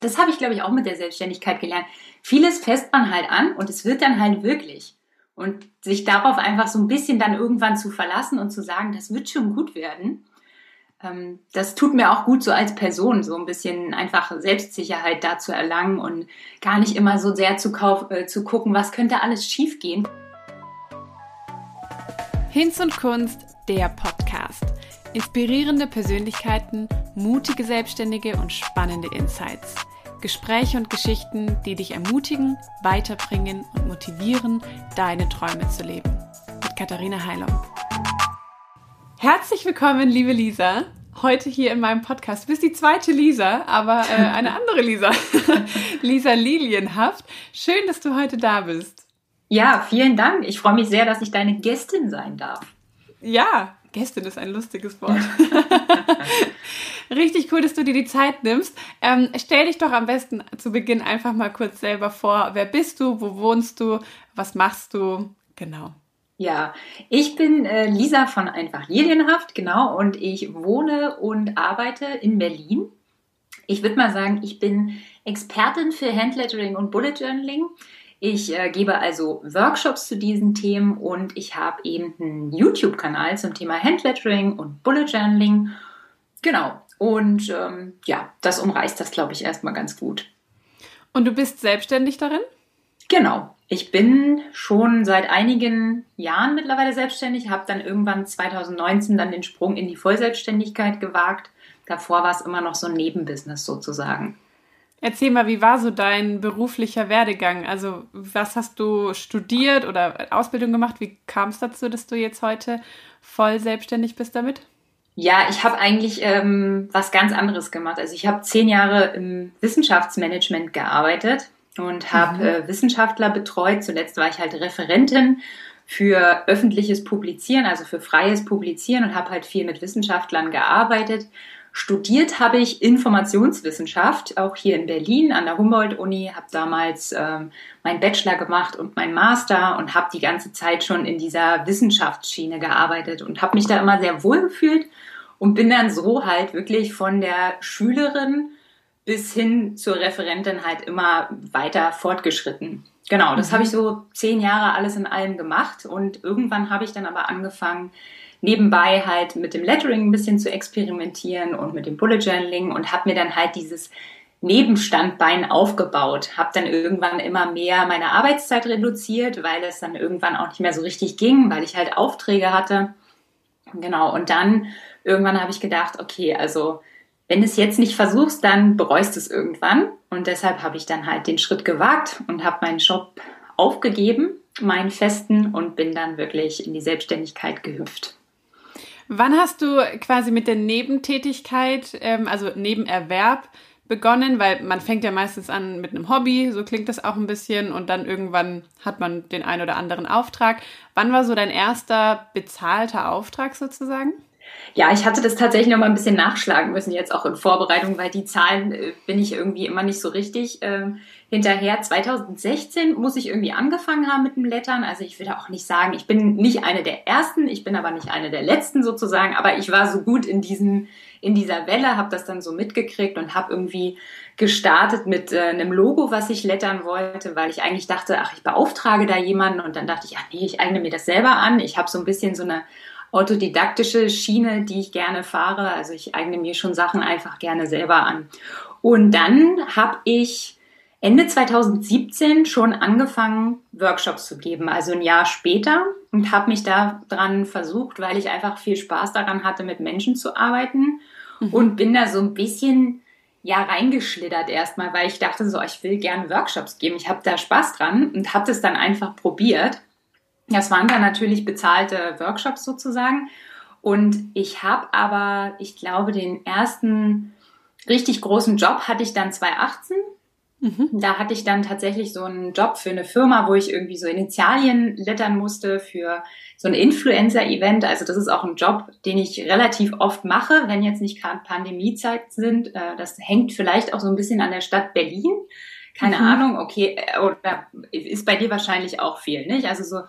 das habe ich, glaube ich, auch mit der Selbstständigkeit gelernt. Vieles fässt man halt an und es wird dann halt wirklich. Und sich darauf einfach so ein bisschen dann irgendwann zu verlassen und zu sagen, das wird schon gut werden, das tut mir auch gut so als Person, so ein bisschen einfach Selbstsicherheit da zu erlangen und gar nicht immer so sehr zu gucken, was könnte alles schiefgehen. Hinz und Kunst, der Podcast. Inspirierende Persönlichkeiten, mutige Selbstständige und spannende Insights. Gespräche und Geschichten, die dich ermutigen, weiterbringen und motivieren, deine Träume zu leben. Mit Katharina Heilung. Herzlich willkommen, liebe Lisa, heute hier in meinem Podcast. Du bist die zweite Lisa, aber eine andere Lisa. Lisa Lilienhaft. Schön, dass du heute da bist. Ja, vielen Dank. Ich freue mich sehr, dass ich deine Gästin sein darf. Ja, Gästin ist ein lustiges Wort. Richtig cool, dass du dir die Zeit nimmst. Stell dich doch am besten zu Beginn einfach mal kurz selber vor. Wer bist du? Wo wohnst du? Was machst du? Genau. Ja, ich bin Lisa von Einfach Lilienhaft, genau, und ich wohne und arbeite in Berlin. Ich würde mal sagen, ich bin Expertin für Handlettering und Bullet Journaling. Ich gebe also Workshops zu diesen Themen und ich habe eben einen YouTube-Kanal zum Thema Handlettering und Bullet Journaling. Genau, und das umreißt das, glaube ich, erstmal ganz gut. Und du bist selbstständig darin? Genau, ich bin schon seit einigen Jahren mittlerweile selbstständig, habe dann irgendwann 2019 dann den Sprung in die Vollselbstständigkeit gewagt. Davor war es immer noch so ein Nebenbusiness sozusagen. Erzähl mal, wie war so dein beruflicher Werdegang? Also was hast du studiert oder Ausbildung gemacht? Wie kam es dazu, dass du jetzt heute voll selbstständig bist damit? Ja, ich habe eigentlich was ganz anderes gemacht. Also ich habe 10 Jahre im Wissenschaftsmanagement gearbeitet und habe Wissenschaftler betreut. Zuletzt war ich halt Referentin für öffentliches Publizieren, also für freies Publizieren und habe halt viel mit Wissenschaftlern gearbeitet. Studiert habe ich Informationswissenschaft, auch hier in Berlin an der Humboldt-Uni, habe damals meinen Bachelor gemacht und meinen Master und habe die ganze Zeit schon in dieser Wissenschaftsschiene gearbeitet und habe mich da immer sehr wohl gefühlt und bin dann so halt wirklich von der Schülerin bis hin zur Referentin halt immer weiter fortgeschritten. Genau, das habe ich so 10 Jahre alles in allem gemacht und irgendwann habe ich dann aber angefangen, nebenbei halt mit dem Lettering ein bisschen zu experimentieren und mit dem Bullet Journaling und habe mir dann halt dieses Nebenstandbein aufgebaut. Habe dann irgendwann immer mehr meine Arbeitszeit reduziert, weil es dann irgendwann auch nicht mehr so richtig ging, weil ich halt Aufträge hatte. Genau, und dann irgendwann habe ich gedacht, okay, also wenn du es jetzt nicht versuchst, dann bereust du es irgendwann. Und deshalb habe ich dann halt den Schritt gewagt und habe meinen Job aufgegeben, meinen festen, und bin dann wirklich in die Selbstständigkeit gehüpft. Wann hast du quasi mit der Nebentätigkeit, also Nebenerwerb begonnen? Weil man fängt ja meistens an mit einem Hobby, so klingt das auch ein bisschen, und dann irgendwann hat man den einen oder anderen Auftrag. Wann war so dein erster bezahlter Auftrag sozusagen? Ja, ich hatte das tatsächlich noch mal ein bisschen nachschlagen müssen, jetzt auch in Vorbereitung, weil die Zahlen bin ich irgendwie immer nicht so richtig hinterher. 2016 muss ich irgendwie angefangen haben mit dem Lettern. Also ich würde auch nicht sagen, ich bin nicht eine der Ersten, ich bin aber nicht eine der Letzten sozusagen, aber ich war so gut in dieser Welle, habe das dann so mitgekriegt und habe irgendwie gestartet mit einem Logo, was ich lettern wollte, weil ich eigentlich dachte, ich beauftrage da jemanden, und dann dachte ich, nee, ich eigne mir das selber an. Ich habe so ein bisschen so eine autodidaktische Schiene, die ich gerne fahre. Also ich eigne mir schon Sachen einfach gerne selber an. Und dann habe ich Ende 2017 schon angefangen, Workshops zu geben, also ein Jahr später, und habe mich daran versucht, weil ich einfach viel Spaß daran hatte, mit Menschen zu arbeiten, und bin da so ein bisschen reingeschlittert erstmal, weil ich dachte so, ich will gerne Workshops geben, ich habe da Spaß dran und habe das dann einfach probiert. Das waren dann natürlich bezahlte Workshops sozusagen. Und ich habe aber, ich glaube, den ersten richtig großen Job hatte ich dann 2018. Da hatte ich dann tatsächlich so einen Job für eine Firma, wo ich irgendwie so Initialien lettern musste für so ein Influencer-Event. Also das ist auch ein Job, den ich relativ oft mache, wenn jetzt nicht gerade Pandemiezeiten sind. Das hängt vielleicht auch so ein bisschen an der Stadt Berlin. Keine Ahnung, okay, oder ist bei dir wahrscheinlich auch viel, nicht? Also so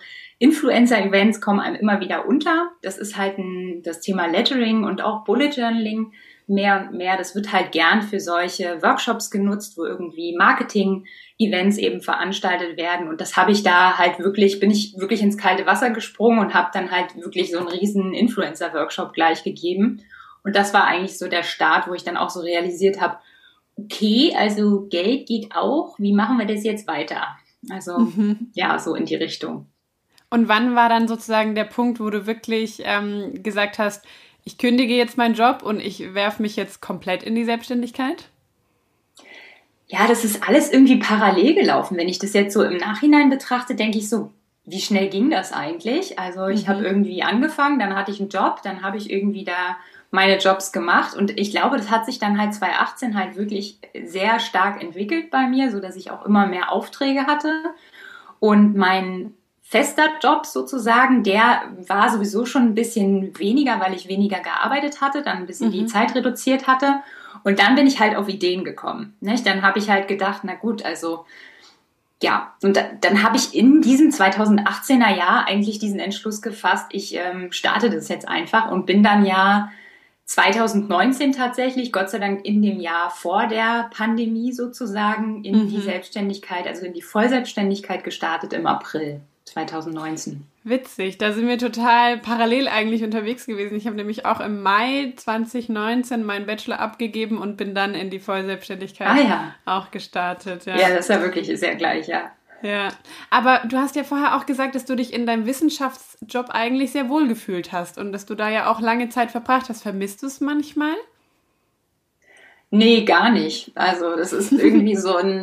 Influencer-Events kommen einem immer wieder unter. Das ist halt das Thema Lettering und auch Bullet Journaling mehr und mehr. Das wird halt gern für solche Workshops genutzt, wo irgendwie Marketing-Events eben veranstaltet werden. Und das habe ich da halt wirklich, bin ich wirklich ins kalte Wasser gesprungen und habe dann halt wirklich so einen riesen Influencer-Workshop gleich gegeben. Und das war eigentlich so der Start, wo ich dann auch so realisiert habe, okay, also Geld geht auch, wie machen wir das jetzt weiter? Also ja, so in die Richtung. Und wann war dann sozusagen der Punkt, wo du wirklich gesagt hast, ich kündige jetzt meinen Job und ich werfe mich jetzt komplett in die Selbstständigkeit? Ja, das ist alles irgendwie parallel gelaufen. Wenn ich das jetzt so im Nachhinein betrachte, denke ich so, wie schnell ging das eigentlich? Also ich habe irgendwie angefangen, dann hatte ich einen Job, dann habe ich irgendwie da meine Jobs gemacht und ich glaube, das hat sich dann halt 2018 halt wirklich sehr stark entwickelt bei mir, so dass ich auch immer mehr Aufträge hatte und mein fester Job sozusagen, der war sowieso schon ein bisschen weniger, weil ich weniger gearbeitet hatte, dann ein bisschen die Zeit reduziert hatte und dann bin ich halt auf Ideen gekommen, nicht? Dann habe ich halt gedacht, na gut, also ja, und dann habe ich in diesem 2018er Jahr eigentlich diesen Entschluss gefasst, ich starte das jetzt einfach und bin dann ja 2019 tatsächlich, Gott sei Dank in dem Jahr vor der Pandemie sozusagen, in die Selbstständigkeit, also in die Vollselbstständigkeit gestartet im April 2019. Witzig, da sind wir total parallel eigentlich unterwegs gewesen. Ich habe nämlich auch im Mai 2019 meinen Bachelor abgegeben und bin dann in die Vollselbstständigkeit auch gestartet. Ja, das ist ja wirklich sehr gleich, ja. Ja, aber du hast ja vorher auch gesagt, dass du dich in deinem Wissenschaftsjob eigentlich sehr wohl gefühlt hast und dass du da ja auch lange Zeit verbracht hast. Vermisst du es manchmal? Nee, gar nicht. Also das ist irgendwie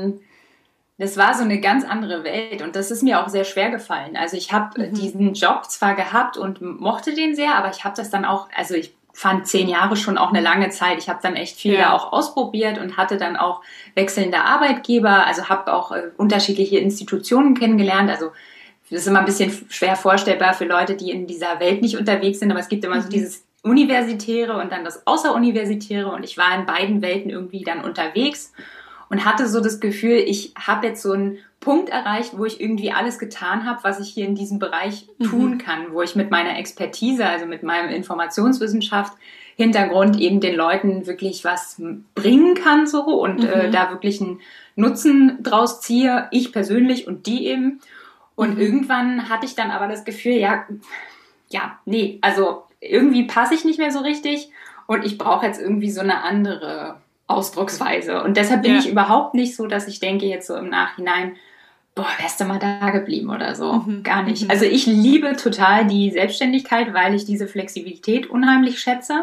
das war so eine ganz andere Welt und das ist mir auch sehr schwer gefallen. Also ich habe diesen Job zwar gehabt und mochte den sehr, aber ich habe das dann auch, also ich fand 10 Jahre schon auch eine lange Zeit. Ich habe dann echt viel da auch ausprobiert und hatte dann auch wechselnde Arbeitgeber, also habe auch unterschiedliche Institutionen kennengelernt. Also das ist immer ein bisschen schwer vorstellbar für Leute, die in dieser Welt nicht unterwegs sind, aber es gibt immer so dieses Universitäre und dann das Außeruniversitäre und ich war in beiden Welten irgendwie dann unterwegs und hatte so das Gefühl, ich habe jetzt so einen Punkt erreicht, wo ich irgendwie alles getan habe, was ich hier in diesem Bereich tun kann, wo ich mit meiner Expertise, also mit meinem Informationswissenschaft Hintergrund eben den Leuten wirklich was bringen kann so und da wirklich einen Nutzen draus ziehe, ich persönlich und die eben. Und irgendwann hatte ich dann aber das Gefühl, nee, also irgendwie passe ich nicht mehr so richtig und ich brauche jetzt irgendwie so eine andere Ausdrucksweise. Und deshalb bin ich überhaupt nicht so, dass ich denke jetzt so im Nachhinein, boah, wärst du mal da geblieben oder so. Gar nicht. Also ich liebe total die Selbstständigkeit, weil ich diese Flexibilität unheimlich schätze.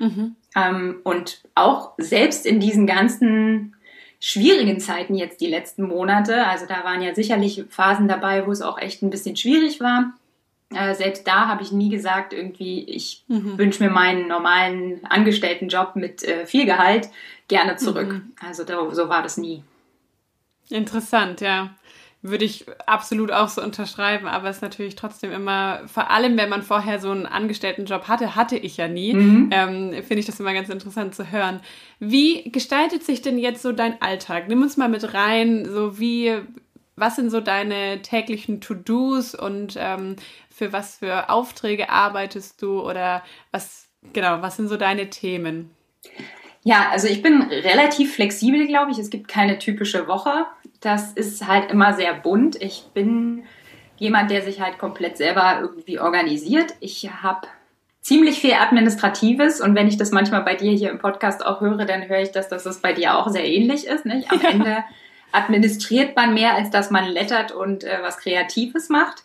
Und auch selbst in diesen ganzen schwierigen Zeiten jetzt die letzten Monate, also da waren ja sicherlich Phasen dabei, wo es auch echt ein bisschen schwierig war. Selbst da habe ich nie gesagt, irgendwie, ich wünsche mir meinen normalen Angestelltenjob mit viel Gehalt gerne zurück. Also so war das nie. Interessant, ja. Würde ich absolut auch so unterschreiben, aber es ist natürlich trotzdem immer, vor allem wenn man vorher so einen Angestelltenjob hatte ich ja nie, finde ich das immer ganz interessant zu hören. Wie gestaltet sich denn jetzt so dein Alltag? Nimm uns mal mit rein, was sind so deine täglichen To-Dos und für was für Aufträge arbeitest du oder was sind so deine Themen? Ja, also ich bin relativ flexibel, glaube ich. Es gibt keine typische Woche. Das ist halt immer sehr bunt. Ich bin jemand, der sich halt komplett selber irgendwie organisiert. Ich habe ziemlich viel Administratives und wenn ich das manchmal bei dir hier im Podcast auch höre, dann höre ich, dass das bei dir auch sehr ähnlich ist. Nicht? Am Ende administriert man mehr, als dass man lettert und was Kreatives macht.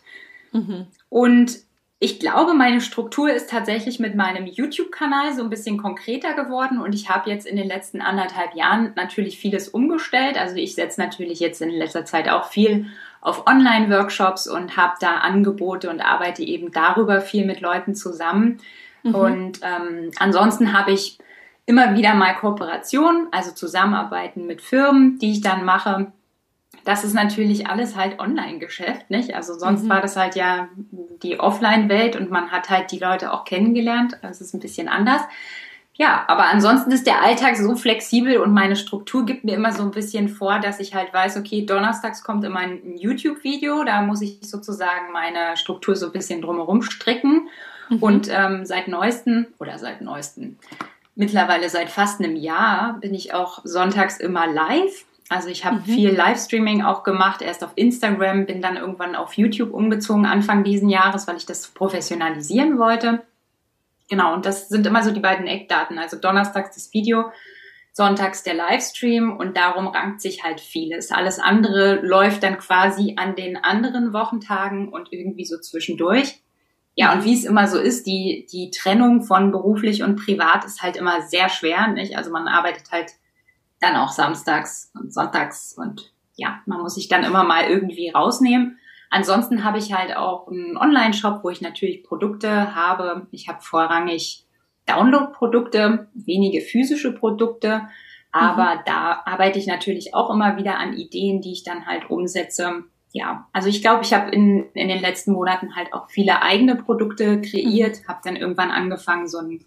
Und ich glaube, meine Struktur ist tatsächlich mit meinem YouTube-Kanal so ein bisschen konkreter geworden und ich habe jetzt in den letzten 1,5 Jahren natürlich vieles umgestellt. Also ich setze natürlich jetzt in letzter Zeit auch viel auf Online-Workshops und habe da Angebote und arbeite eben darüber viel mit Leuten zusammen. Und ansonsten habe ich immer wieder mal Kooperationen, also Zusammenarbeiten mit Firmen, die ich dann mache. Das ist natürlich alles halt Online-Geschäft, nicht? Also sonst war das halt ja die Offline-Welt und man hat halt die Leute auch kennengelernt. Das ist ein bisschen anders. Ja, aber ansonsten ist der Alltag so flexibel und meine Struktur gibt mir immer so ein bisschen vor, dass ich halt weiß, okay, donnerstags kommt immer ein YouTube-Video, da muss ich sozusagen meine Struktur so ein bisschen drumherum stricken. Und seit neuestem, mittlerweile seit fast einem Jahr bin ich auch sonntags immer live. Also ich habe viel Livestreaming auch gemacht, erst auf Instagram, bin dann irgendwann auf YouTube umgezogen Anfang diesen Jahres, weil ich das professionalisieren wollte. Genau, und das sind immer so die beiden Eckdaten. Also donnerstags das Video, sonntags der Livestream und darum rankt sich halt vieles. Alles andere läuft dann quasi an den anderen Wochentagen und irgendwie so zwischendurch. Ja, und wie es immer so ist, die Trennung von beruflich und privat ist halt immer sehr schwer, nicht? Also man arbeitet halt dann auch samstags und sonntags und ja, man muss sich dann immer mal irgendwie rausnehmen. Ansonsten habe ich halt auch einen Online-Shop, wo ich natürlich Produkte habe. Ich habe vorrangig Download-Produkte, wenige physische Produkte, aber da arbeite ich natürlich auch immer wieder an Ideen, die ich dann halt umsetze. Ja, also ich glaube, ich habe in den letzten Monaten halt auch viele eigene Produkte kreiert, habe dann irgendwann angefangen, so ein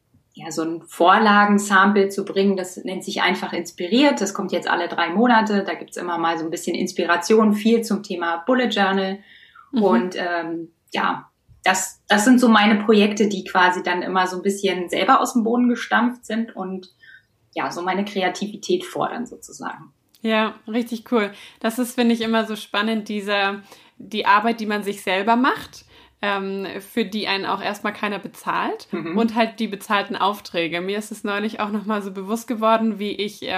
Vorlagensample zu bringen, das nennt sich einfach inspiriert. Das kommt jetzt alle 3 Monate. Da gibt's immer mal so ein bisschen Inspiration, viel zum Thema Bullet Journal. Und das sind so meine Projekte, die quasi dann immer so ein bisschen selber aus dem Boden gestampft sind und ja, so meine Kreativität fordern sozusagen. Ja, richtig cool. Das ist, finde ich, immer so spannend, die Arbeit, die man sich selber macht, für die einen auch erstmal keiner bezahlt und halt die bezahlten Aufträge. Mir ist es neulich auch nochmal so bewusst geworden, wie ich,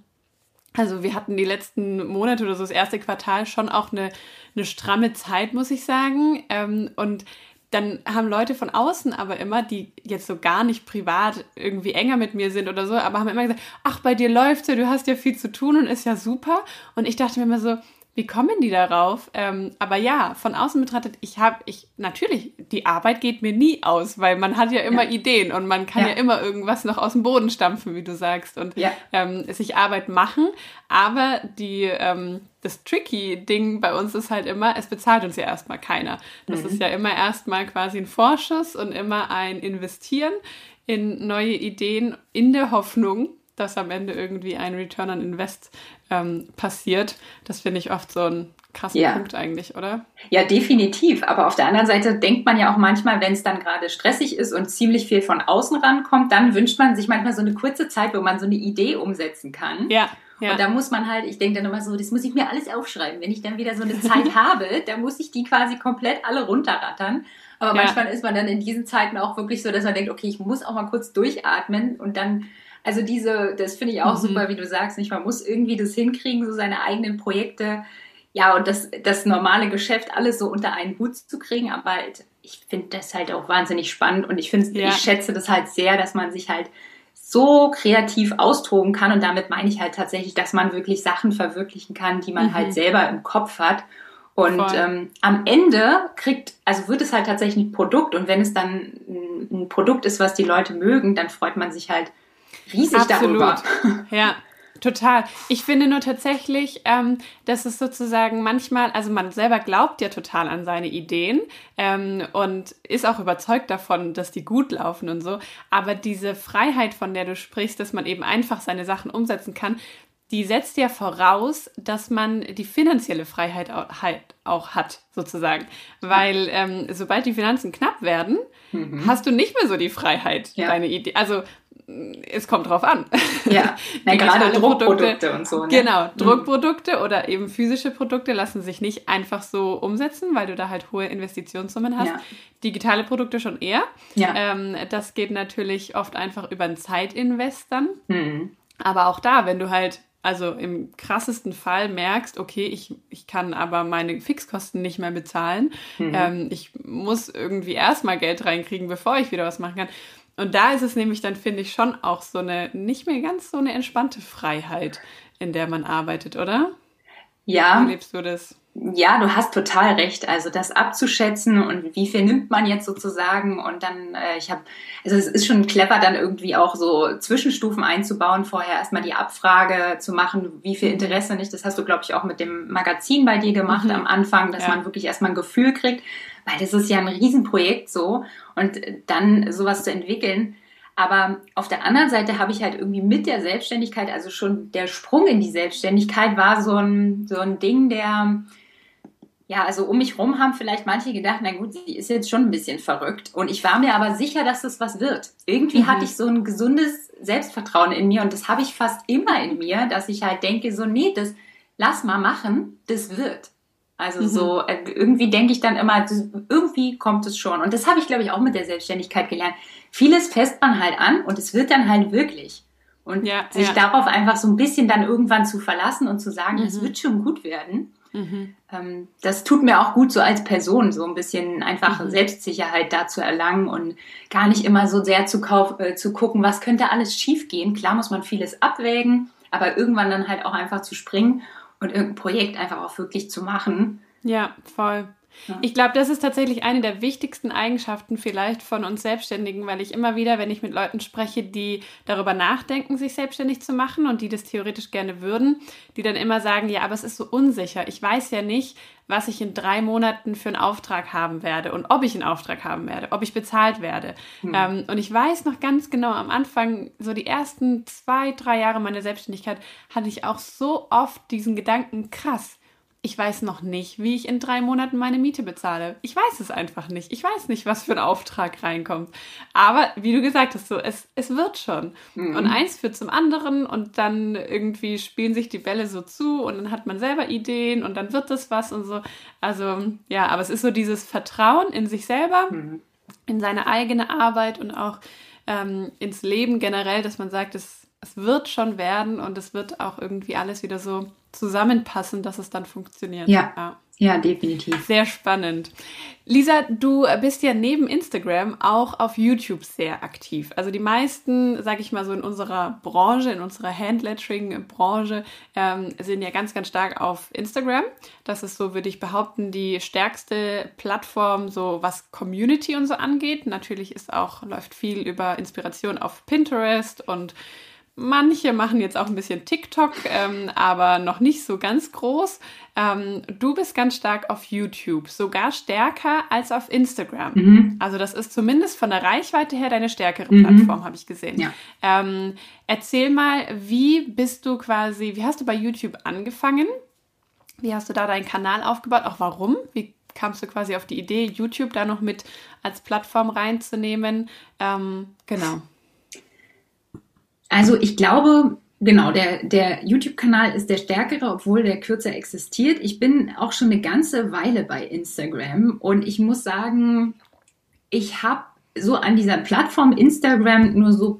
also wir hatten die letzten Monate oder so das erste Quartal schon auch eine stramme Zeit, muss ich sagen. Und dann haben Leute von außen aber immer, die jetzt so gar nicht privat irgendwie enger mit mir sind oder so, aber haben immer gesagt, ach, bei dir läuft's ja, du hast ja viel zu tun und ist ja super. Und ich dachte mir immer so, wie kommen die darauf? Aber ja, von außen betrachtet, natürlich, die Arbeit geht mir nie aus, weil man hat ja immer Ideen und man kann ja immer irgendwas noch aus dem Boden stampfen, wie du sagst, und sich Arbeit machen. Aber das tricky Ding bei uns ist halt immer, es bezahlt uns ja erstmal keiner. Das ist ja immer erstmal quasi ein Vorschuss und immer ein Investieren in neue Ideen in der Hoffnung, dass am Ende irgendwie ein Return on Invest passiert. Das finde ich oft so ein krasser Punkt eigentlich, oder? Ja, definitiv. Aber auf der anderen Seite denkt man ja auch manchmal, wenn es dann gerade stressig ist und ziemlich viel von außen rankommt, dann wünscht man sich manchmal so eine kurze Zeit, wo man so eine Idee umsetzen kann. Ja. Und da muss man halt, ich denke dann immer so, das muss ich mir alles aufschreiben. Wenn ich dann wieder so eine Zeit habe, dann muss ich die quasi komplett alle runterrattern. Aber manchmal ist man dann in diesen Zeiten auch wirklich so, dass man denkt, okay, ich muss auch mal kurz durchatmen und dann, also das finde ich auch super, wie du sagst, nicht? Man muss irgendwie das hinkriegen, so seine eigenen Projekte, ja, und das normale Geschäft alles so unter einen Hut zu kriegen, aber ich finde das halt auch wahnsinnig spannend und ich schätze das halt sehr, dass man sich halt so kreativ austoben kann und damit meine ich halt tatsächlich, dass man wirklich Sachen verwirklichen kann, die man halt selber im Kopf hat. Und am Ende wird es halt tatsächlich ein Produkt und wenn es dann ein Produkt ist, was die Leute mögen, dann freut man sich halt riesig darüber. Ja, total. Ich finde nur tatsächlich, dass es sozusagen manchmal, also man selber glaubt ja total an seine Ideen und ist auch überzeugt davon, dass die gut laufen und so, aber diese Freiheit, von der du sprichst, dass man eben einfach seine Sachen umsetzen kann, die setzt ja voraus, dass man die finanzielle Freiheit halt auch hat, sozusagen. Weil sobald die Finanzen knapp werden, hast du nicht mehr so die Freiheit, deine Idee. Also es kommt drauf an. Ja, gerade Druckprodukte und so. Ne? Genau, Druckprodukte oder eben physische Produkte lassen sich nicht einfach so umsetzen, weil du da halt hohe Investitionssummen hast. Ja. Digitale Produkte schon eher. Ja. Das geht natürlich oft einfach über einen Zeitinvest dann. Aber auch da, wenn du halt also im krassesten Fall merkst, okay, ich kann aber meine Fixkosten nicht mehr bezahlen. Ich muss irgendwie erstmal Geld reinkriegen, bevor ich wieder was machen kann. Und da ist es nämlich dann, finde ich, schon auch so nicht mehr ganz so eine entspannte Freiheit, in der man arbeitet, oder? Ja. Wie lebst du das? Ja, du hast total recht. Also das abzuschätzen und wie viel nimmt man jetzt sozusagen und dann, es ist schon clever, dann irgendwie auch so Zwischenstufen einzubauen, vorher erstmal die Abfrage zu machen, wie viel Interesse nicht. Das hast du, glaube ich, auch mit dem Magazin bei dir gemacht am Anfang, dass man wirklich erstmal ein Gefühl kriegt, weil das ist ja ein Riesenprojekt so und dann sowas zu entwickeln. Aber auf der anderen Seite habe ich halt irgendwie mit der Selbstständigkeit, also schon der Sprung in die Selbstständigkeit war so ein Ding, Ja, also um mich rum haben vielleicht manche gedacht, na gut, sie ist jetzt schon ein bisschen verrückt. Und ich war mir aber sicher, dass das was wird. Irgendwie hatte ich so ein gesundes Selbstvertrauen in mir und das habe ich fast immer in mir, dass ich halt denke, so, nee, das lass mal machen, das wird. Also so, irgendwie denke ich dann immer, irgendwie kommt es schon. Und das habe ich, glaube ich, auch mit der Selbstständigkeit gelernt. Vieles fässt man halt an und es wird dann halt wirklich. Und sich darauf einfach so ein bisschen dann irgendwann zu verlassen und zu sagen, es wird schon gut werden. Das tut mir auch gut so als Person, so ein bisschen einfach Selbstsicherheit da zu erlangen und gar nicht immer so sehr zu gucken, was könnte alles schief gehen. Klar muss man vieles abwägen, aber irgendwann dann halt auch einfach zu springen und irgendein Projekt einfach auch wirklich zu machen. Ja, voll. Ja. Ich glaube, das ist tatsächlich eine der wichtigsten Eigenschaften vielleicht von uns Selbstständigen, weil ich immer wieder, wenn ich mit Leuten spreche, die darüber nachdenken, sich selbstständig zu machen und die das theoretisch gerne würden, die dann immer sagen, ja, aber es ist so unsicher. Ich weiß ja nicht, was ich in 3 Monaten für einen Auftrag haben werde und ob ich einen Auftrag haben werde, ob ich bezahlt werde. Und ich weiß noch ganz genau, am Anfang, so die ersten 2, 3 Jahre meiner Selbstständigkeit, hatte ich auch so oft diesen Gedanken, krass, ich weiß noch nicht, wie ich in 3 Monaten meine Miete bezahle. Ich weiß es einfach nicht. Ich weiß nicht, was für ein Auftrag reinkommt. Aber wie du gesagt hast, so, es wird schon. Und eins führt zum anderen und dann irgendwie spielen sich die Bälle so zu und dann hat man selber Ideen und dann wird das was und so. Also ja, aber es ist so dieses Vertrauen in sich selber, in seine eigene Arbeit und auch ins Leben generell, dass man sagt, es wird schon werden und es wird auch irgendwie alles wieder so zusammenpassen, dass es dann funktioniert. Ja, definitiv. Sehr spannend. Lisa, du bist ja neben Instagram auch auf YouTube sehr aktiv. Also die meisten, sage ich mal so in unserer Branche, in unserer Handlettering-Branche, sind ja ganz, ganz stark auf Instagram. Das ist so, würde ich behaupten, die stärkste Plattform, so was Community und so angeht. Natürlich läuft viel über Inspiration auf Pinterest und manche machen jetzt auch ein bisschen TikTok, aber noch nicht so ganz groß. Du bist ganz stark auf YouTube, sogar stärker als auf Instagram. Also das ist zumindest von der Reichweite her deine stärkere Plattform, habe ich gesehen. Ja. Erzähl mal, wie hast du bei YouTube angefangen? Wie hast du da deinen Kanal aufgebaut? Auch warum? Wie kamst du quasi auf die Idee, YouTube da noch mit als Plattform reinzunehmen? Genau. Also ich glaube, genau, der YouTube-Kanal ist der stärkere, obwohl der kürzer existiert. Ich bin auch schon eine ganze Weile bei Instagram und ich muss sagen, ich habe so an dieser Plattform Instagram nur so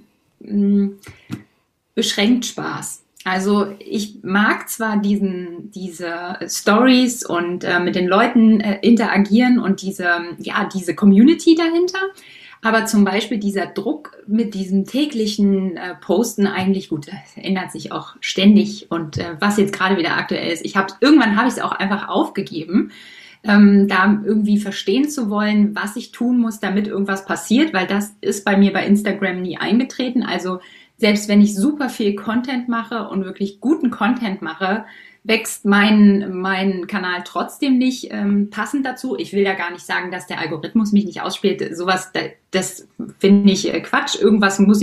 beschränkt Spaß. Also ich mag zwar diese Stories und mit den Leuten interagieren und diese Community dahinter, aber zum Beispiel dieser Druck mit diesem täglichen Posten eigentlich, gut, das ändert sich auch ständig und was jetzt gerade wieder aktuell ist, irgendwann habe ich es auch einfach aufgegeben, da irgendwie verstehen zu wollen, was ich tun muss, damit irgendwas passiert, weil das ist bei mir bei Instagram nie eingetreten. Also selbst wenn ich super viel Content mache und wirklich guten Content mache, wächst mein Kanal trotzdem nicht passend dazu. Ich will ja gar nicht sagen, dass der Algorithmus mich nicht ausspielt. Sowas, das finde ich Quatsch. Irgendwas müsste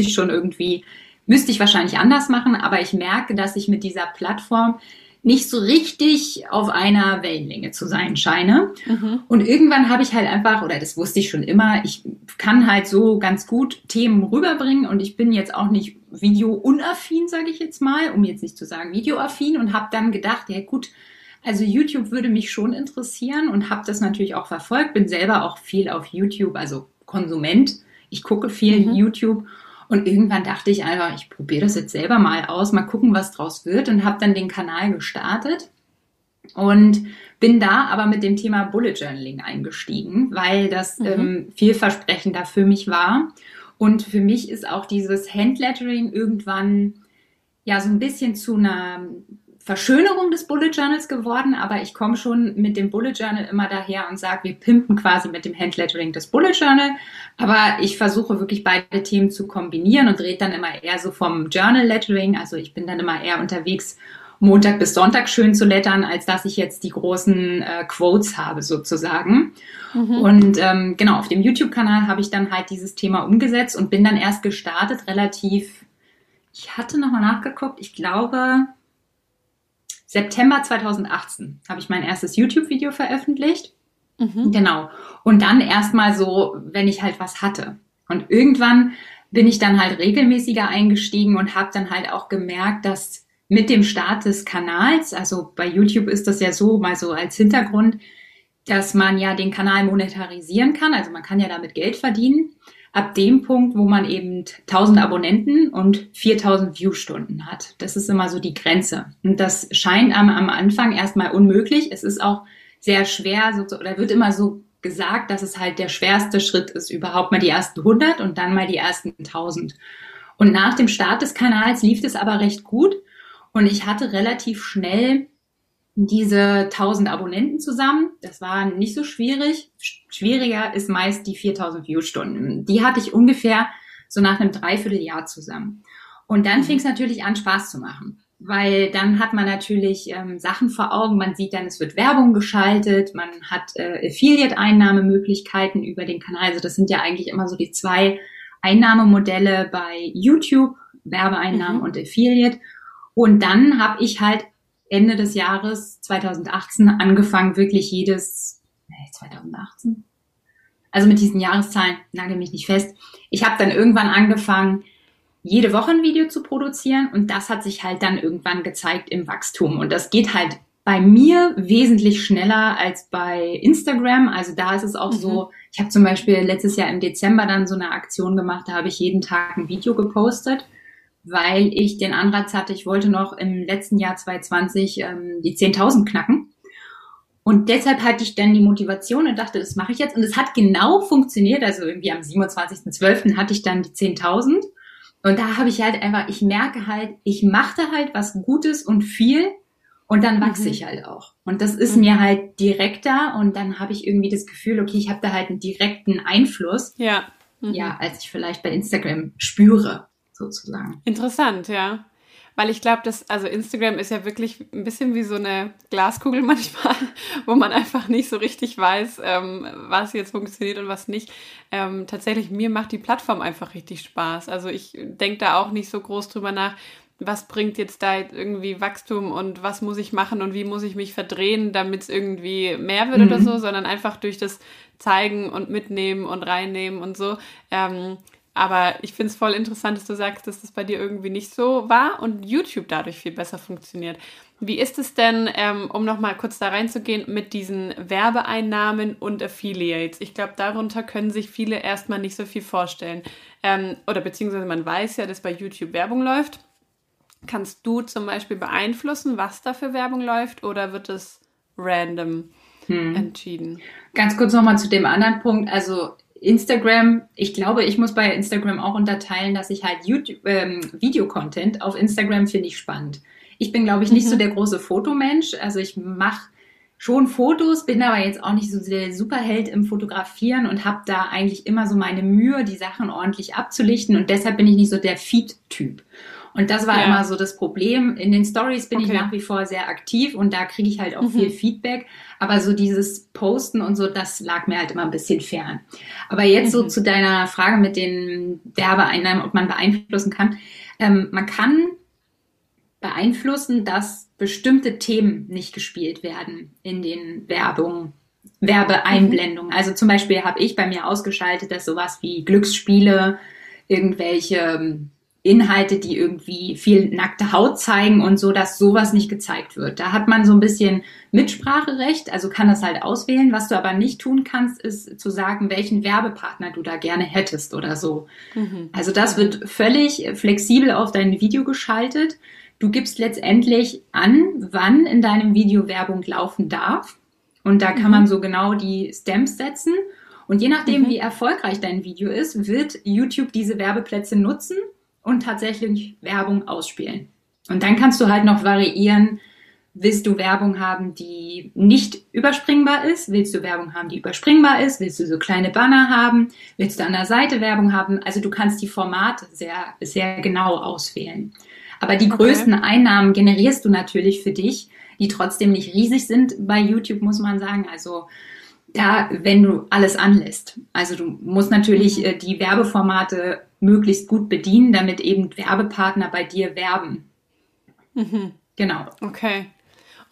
ich wahrscheinlich anders machen. Aber ich merke, dass ich mit dieser Plattform nicht so richtig auf einer Wellenlänge zu sein scheine. Und irgendwann habe ich halt einfach, oder das wusste ich schon immer, ich kann halt so ganz gut Themen rüberbringen und ich bin jetzt auch nicht video-unaffin, sage ich jetzt mal, um jetzt nicht zu sagen videoaffin, und habe dann gedacht, ja gut, also YouTube würde mich schon interessieren und habe das natürlich auch verfolgt, bin selber auch viel auf YouTube, also Konsument, ich gucke viel YouTube. Und irgendwann dachte ich einfach, ich probiere das jetzt selber mal aus, mal gucken, was draus wird, und habe dann den Kanal gestartet und bin da aber mit dem Thema Bullet Journaling eingestiegen, weil das vielversprechender für mich war. Und für mich ist auch dieses Handlettering irgendwann ja so ein bisschen zu einer Verschönerung des Bullet Journals geworden, aber ich komme schon mit dem Bullet Journal immer daher und sage, wir pimpen quasi mit dem Handlettering das Bullet Journal, aber ich versuche wirklich beide Themen zu kombinieren und rede dann immer eher so vom Journal Lettering, also ich bin dann immer eher unterwegs, Montag bis Sonntag schön zu lettern, als dass ich jetzt die großen Quotes habe sozusagen. Und genau, auf dem YouTube-Kanal habe ich dann halt dieses Thema umgesetzt und bin dann erst gestartet, ich hatte nochmal nachgeguckt, ich glaube September 2018 habe ich mein erstes YouTube-Video veröffentlicht. Genau. Und dann erstmal so, wenn ich halt was hatte. Und irgendwann bin ich dann halt regelmäßiger eingestiegen und habe dann halt auch gemerkt, dass mit dem Start des Kanals, also bei YouTube ist das ja so, mal so als Hintergrund, dass man ja den Kanal monetarisieren kann, also man kann ja damit Geld verdienen, ab dem Punkt, wo man eben 1000 Abonnenten und 4000 Viewstunden hat. Das ist immer so die Grenze. Und das scheint am Anfang erstmal unmöglich. Es ist auch sehr schwer, oder wird immer so gesagt, dass es halt der schwerste Schritt ist, überhaupt mal die ersten 100 und dann mal die ersten 1000. Und nach dem Start des Kanals lief es aber recht gut und ich hatte relativ schnell diese 1000 Abonnenten zusammen. Das war nicht so schwierig. Schwieriger ist meist die 4000 Viewstunden. Die hatte ich ungefähr so nach einem Dreivierteljahr zusammen. Und dann fing es natürlich an, Spaß zu machen. Weil dann hat man natürlich Sachen vor Augen. Man sieht dann, es wird Werbung geschaltet. Man hat Affiliate-Einnahmemöglichkeiten über den Kanal. Also das sind ja eigentlich immer so die zwei Einnahmemodelle bei YouTube. Werbeeinnahmen und Affiliate. Und dann habe ich halt Ende des Jahres 2018 angefangen, wirklich 2018? Also mit diesen Jahreszahlen, nagel mich nicht fest. Ich habe dann irgendwann angefangen, jede Woche ein Video zu produzieren und das hat sich halt dann irgendwann gezeigt im Wachstum. Und das geht halt bei mir wesentlich schneller als bei Instagram. Also da ist es auch so, ich habe zum Beispiel letztes Jahr im Dezember dann so eine Aktion gemacht, da habe ich jeden Tag ein Video gepostet, weil ich den Anreiz hatte, ich wollte noch im letzten Jahr 2020 die 10.000 knacken. Und deshalb hatte ich dann die Motivation und dachte, das mache ich jetzt. Und es hat genau funktioniert. Also irgendwie am 27.12. hatte ich dann die 10.000. Und da habe ich halt einfach, ich merke halt, ich machte halt was Gutes und viel und dann wachse ich halt auch. Und das ist mir halt direkter und dann habe ich irgendwie das Gefühl, okay, ich habe da halt einen direkten Einfluss, ja, als ich vielleicht bei Instagram spüre, sozusagen. Interessant, ja. Weil ich glaube, also Instagram ist ja wirklich ein bisschen wie so eine Glaskugel manchmal, wo man einfach nicht so richtig weiß, was jetzt funktioniert und was nicht. Tatsächlich, mir macht die Plattform einfach richtig Spaß. Also ich denke da auch nicht so groß drüber nach, was bringt jetzt da irgendwie Wachstum und was muss ich machen und wie muss ich mich verdrehen, damit es irgendwie mehr wird oder so, sondern einfach durch das Zeigen und Mitnehmen und Reinnehmen und so. Aber ich finde es voll interessant, dass du sagst, dass das bei dir irgendwie nicht so war und YouTube dadurch viel besser funktioniert. Wie ist es denn, um nochmal kurz da reinzugehen, mit diesen Werbeeinnahmen und Affiliates? Ich glaube, darunter können sich viele erstmal nicht so viel vorstellen. Oder beziehungsweise man weiß ja, dass bei YouTube Werbung läuft. Kannst du zum Beispiel beeinflussen, was da für Werbung läuft oder wird es random entschieden? Ganz kurz nochmal zu dem anderen Punkt. Also Instagram, ich glaube, ich muss bei Instagram auch unterteilen, dass ich halt Video-Content auf Instagram finde ich spannend. Ich bin, glaube ich, nicht so der große Fotomensch. Also ich mache schon Fotos, bin aber jetzt auch nicht so der Superheld im Fotografieren und habe da eigentlich immer so meine Mühe, die Sachen ordentlich abzulichten und deshalb bin ich nicht so der Feed-Typ. Und das war immer so das Problem. In den Stories bin ich nach wie vor sehr aktiv und da kriege ich halt auch viel Feedback. Aber so dieses Posten und so, das lag mir halt immer ein bisschen fern. Aber jetzt so zu deiner Frage mit den Werbeeinnahmen, ob man beeinflussen kann. Man kann beeinflussen, dass bestimmte Themen nicht gespielt werden in den Werbeeinblendungen. Also zum Beispiel habe ich bei mir ausgeschaltet, dass sowas wie Glücksspiele, irgendwelche Inhalte, die irgendwie viel nackte Haut zeigen und so, dass sowas nicht gezeigt wird. Da hat man so ein bisschen Mitspracherecht, also kann das halt auswählen. Was du aber nicht tun kannst, ist zu sagen, welchen Werbepartner du da gerne hättest oder so. Also das wird völlig flexibel auf dein Video geschaltet. Du gibst letztendlich an, wann in deinem Video Werbung laufen darf. Und da kann man so genau die Stamps setzen. Und je nachdem, wie erfolgreich dein Video ist, wird YouTube diese Werbeplätze nutzen und tatsächlich Werbung ausspielen. Und dann kannst du halt noch variieren, willst du Werbung haben, die nicht überspringbar ist? Willst du Werbung haben, die überspringbar ist? Willst du so kleine Banner haben? Willst du an der Seite Werbung haben? Also du kannst die Formate sehr, sehr genau auswählen. Aber die größten Einnahmen generierst du natürlich für dich, die trotzdem nicht riesig sind bei YouTube, muss man sagen. Also da, wenn du alles anlässt. Also du musst natürlich die Werbeformate möglichst gut bedienen, damit eben Werbepartner bei dir werben. Genau. Okay.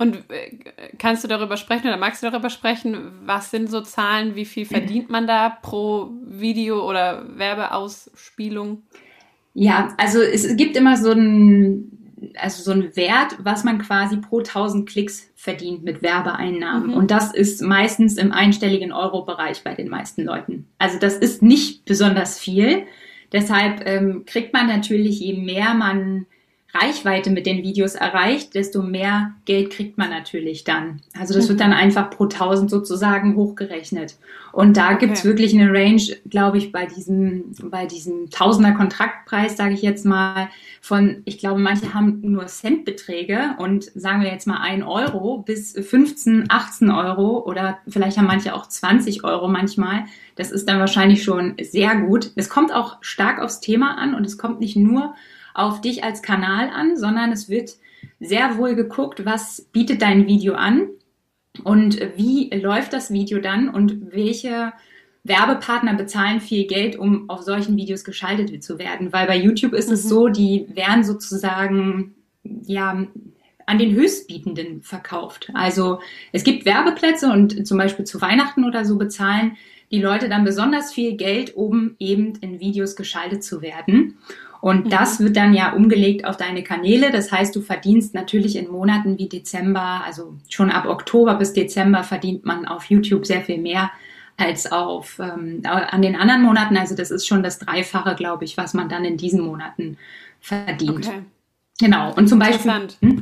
Und kannst du darüber sprechen oder magst du darüber sprechen, was sind so Zahlen, wie viel verdient man da pro Video oder Werbeausspielung? Ja, also es gibt immer so einen Wert, was man quasi pro 1000 Klicks verdient mit Werbeeinnahmen. Und das ist meistens im einstelligen Euro-Bereich bei den meisten Leuten. Also das ist nicht besonders viel. Deshalb kriegt man natürlich, je mehr man Reichweite mit den Videos erreicht, desto mehr Geld kriegt man natürlich dann. Also das wird dann einfach pro 1000 sozusagen hochgerechnet. Und da gibt's wirklich eine Range, glaube ich, bei diesem Tausender Kontraktpreis, sage ich jetzt mal, von, ich glaube, manche haben nur Centbeträge und sagen wir jetzt mal 1 Euro bis 15, 18 Euro oder vielleicht haben manche auch 20 Euro manchmal. Das ist dann wahrscheinlich schon sehr gut. Es kommt auch stark aufs Thema an und es kommt nicht nur auf dich als Kanal an, sondern es wird sehr wohl geguckt, was bietet dein Video an und wie läuft das Video dann und welche Werbepartner bezahlen viel Geld, um auf solchen Videos geschaltet zu werden. Weil bei YouTube ist es so, die werden sozusagen ja an den Höchstbietenden verkauft. Also es gibt Werbeplätze und zum Beispiel zu Weihnachten oder so bezahlen die Leute dann besonders viel Geld, um eben in Videos geschaltet zu werden. Und das wird dann ja umgelegt auf deine Kanäle. Das heißt, du verdienst natürlich in Monaten wie Dezember, also schon ab Oktober bis Dezember verdient man auf YouTube sehr viel mehr als an den anderen Monaten. Also das ist schon das Dreifache, glaube ich, was man dann in diesen Monaten verdient. Okay. Genau. Und zum Beispiel.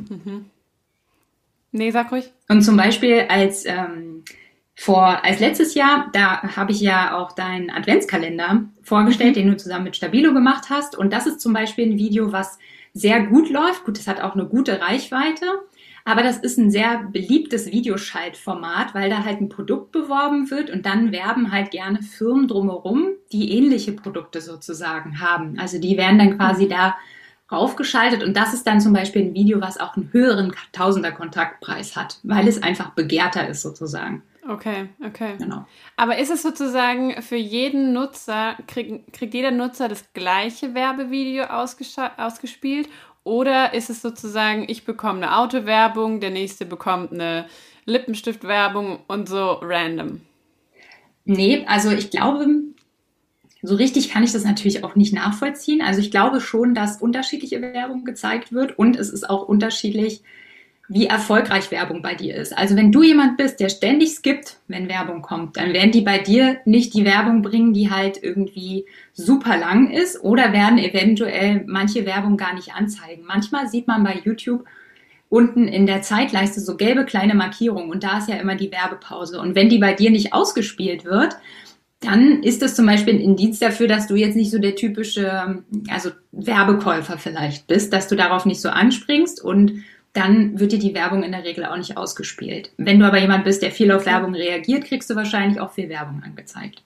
Nee, sag ruhig. Und zum Beispiel als letztes Jahr, da habe ich ja auch deinen Adventskalender vorgestellt, den du zusammen mit Stabilo gemacht hast. Und das ist zum Beispiel ein Video, was sehr gut läuft. Gut, das hat auch eine gute Reichweite. Aber das ist ein sehr beliebtes Videoschaltformat, weil da halt ein Produkt beworben wird und dann werben halt gerne Firmen drumherum, die ähnliche Produkte sozusagen haben. Also die werden dann quasi da raufgeschaltet und das ist dann zum Beispiel ein Video, was auch einen höheren Tausender Kontaktpreis hat, weil es einfach begehrter ist sozusagen. Okay. Genau. Aber ist es sozusagen für jeden Nutzer, kriegt jeder Nutzer das gleiche Werbevideo ausgespielt? Oder ist es sozusagen, ich bekomme eine Autowerbung, der nächste bekommt eine Lippenstiftwerbung und so random? Nee, also ich glaube, so richtig kann ich das natürlich auch nicht nachvollziehen. Also ich glaube schon, dass unterschiedliche Werbung gezeigt wird und es ist auch unterschiedlich, wie erfolgreich Werbung bei dir ist. Also wenn du jemand bist, der ständig skippt, wenn Werbung kommt, dann werden die bei dir nicht die Werbung bringen, die halt irgendwie super lang ist oder werden eventuell manche Werbung gar nicht anzeigen. Manchmal sieht man bei YouTube unten in der Zeitleiste so gelbe kleine Markierungen und da ist ja immer die Werbepause. Und wenn die bei dir nicht ausgespielt wird, dann ist das zum Beispiel ein Indiz dafür, dass du jetzt nicht so der typische, also Werbekäufer vielleicht bist, dass du darauf nicht so anspringst und dann wird dir die Werbung in der Regel auch nicht ausgespielt. Wenn du aber jemand bist, der viel auf Werbung reagiert, kriegst du wahrscheinlich auch viel Werbung angezeigt.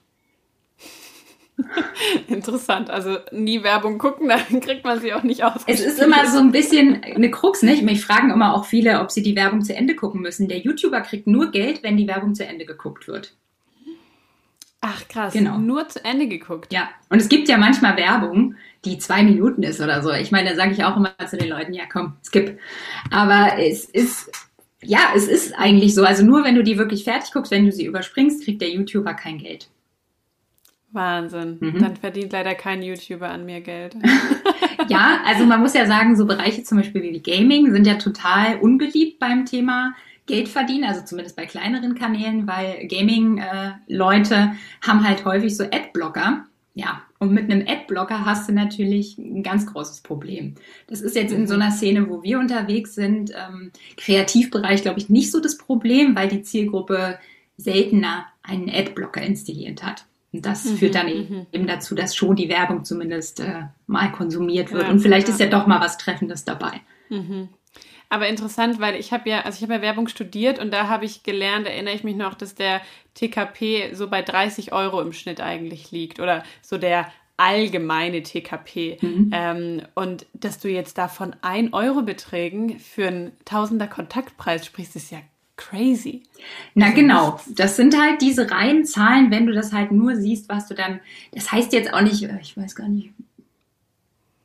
Interessant, also nie Werbung gucken, dann kriegt man sie auch nicht ausgespielt. Es ist immer so ein bisschen eine Krux, nicht? Mich fragen immer auch viele, ob sie die Werbung zu Ende gucken müssen. Der YouTuber kriegt nur Geld, wenn die Werbung zu Ende geguckt wird. Ach krass, genau. Nur zu Ende geguckt. Ja, und es gibt ja manchmal Werbung, die 2 Minuten ist oder so. Ich meine, da sage ich auch immer zu den Leuten, ja komm, skip. Aber es ist eigentlich so. Also nur wenn du die wirklich fertig guckst, wenn du sie überspringst, kriegt der YouTuber kein Geld. Wahnsinn. Dann verdient leider kein YouTuber an mir Geld. Ja, also man muss ja sagen, so Bereiche zum Beispiel wie Gaming sind ja total unbeliebt beim Thema Geld verdienen, also zumindest bei kleineren Kanälen, weil Gaming-Leute haben halt häufig so Adblocker. Ja, und mit einem Adblocker hast du natürlich ein ganz großes Problem. Das ist jetzt in so einer Szene, wo wir unterwegs sind, Kreativbereich, glaube ich, nicht so das Problem, weil die Zielgruppe seltener einen Adblocker installiert hat. Und das führt dann eben dazu, dass schon die Werbung zumindest mal konsumiert wird. Und vielleicht ist ja doch mal was Treffendes dabei. Aber interessant, weil ich habe ja Werbung studiert und da habe ich gelernt, erinnere ich mich noch, dass der TKP so bei 30 € im Schnitt eigentlich liegt oder so der allgemeine TKP. Und dass du jetzt da von 1 € Beträgen für einen Tausender Kontaktpreis sprichst, ist ja crazy. Na genau, das sind halt diese reinen Zahlen, wenn du das halt nur siehst, was du dann, das heißt jetzt auch nicht, ich weiß gar nicht,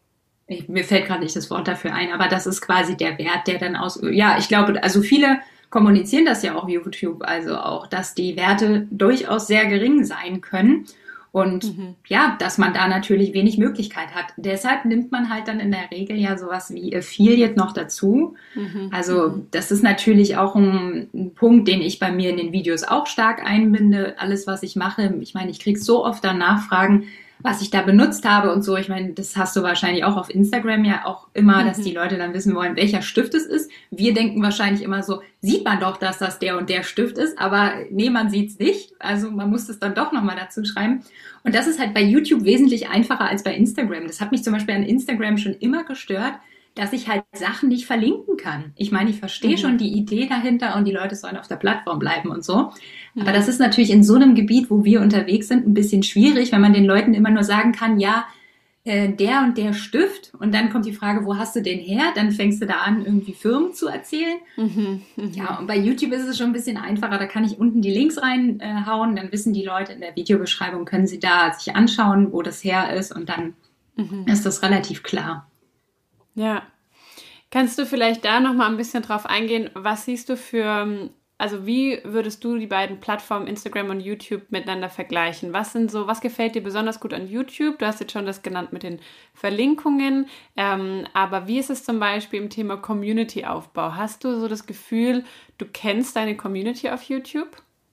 mir fällt gerade nicht das Wort dafür ein, aber das ist quasi der Wert, der dann ja, ich glaube, also viele kommunizieren das ja auch YouTube, also auch, dass die Werte durchaus sehr gering sein können. Und ja, dass man da natürlich wenig Möglichkeit hat. Deshalb nimmt man halt dann in der Regel ja sowas wie Affiliate noch dazu. Also das ist natürlich auch ein Punkt, den ich bei mir in den Videos auch stark einbinde. Alles, was ich mache, ich meine, ich kriege so oft dann Nachfragen, was ich da benutzt habe und so. Ich meine, das hast du wahrscheinlich auch auf Instagram ja auch immer, dass die Leute dann wissen wollen, welcher Stift es ist. Wir denken wahrscheinlich immer so, sieht man doch, dass das der und der Stift ist, aber nee, man sieht es nicht. Also man muss es dann doch nochmal dazu schreiben. Und das ist halt bei YouTube wesentlich einfacher als bei Instagram. Das hat mich zum Beispiel an Instagram schon immer gestört, dass ich halt Sachen nicht verlinken kann. Ich meine, ich verstehe schon die Idee dahinter und die Leute sollen auf der Plattform bleiben und so. Aber das ist natürlich in so einem Gebiet, wo wir unterwegs sind, ein bisschen schwierig, wenn man den Leuten immer nur sagen kann, ja, der und der Stift. Und dann kommt die Frage, wo hast du den her? Dann fängst du da an, irgendwie Firmen zu erzählen. Ja, und bei YouTube ist es schon ein bisschen einfacher. Da kann ich unten die Links reinhauen. Dann wissen die Leute in der Videobeschreibung, können sie da sich anschauen, wo das her ist. Und dann ist das relativ klar. Ja. Kannst du vielleicht da nochmal ein bisschen drauf eingehen? Was siehst du also wie würdest du die beiden Plattformen Instagram und YouTube miteinander vergleichen? Was gefällt dir besonders gut an YouTube? Du hast jetzt schon das genannt mit den Verlinkungen, aber wie ist es zum Beispiel im Thema Community-Aufbau? Hast du so das Gefühl, du kennst deine Community auf YouTube?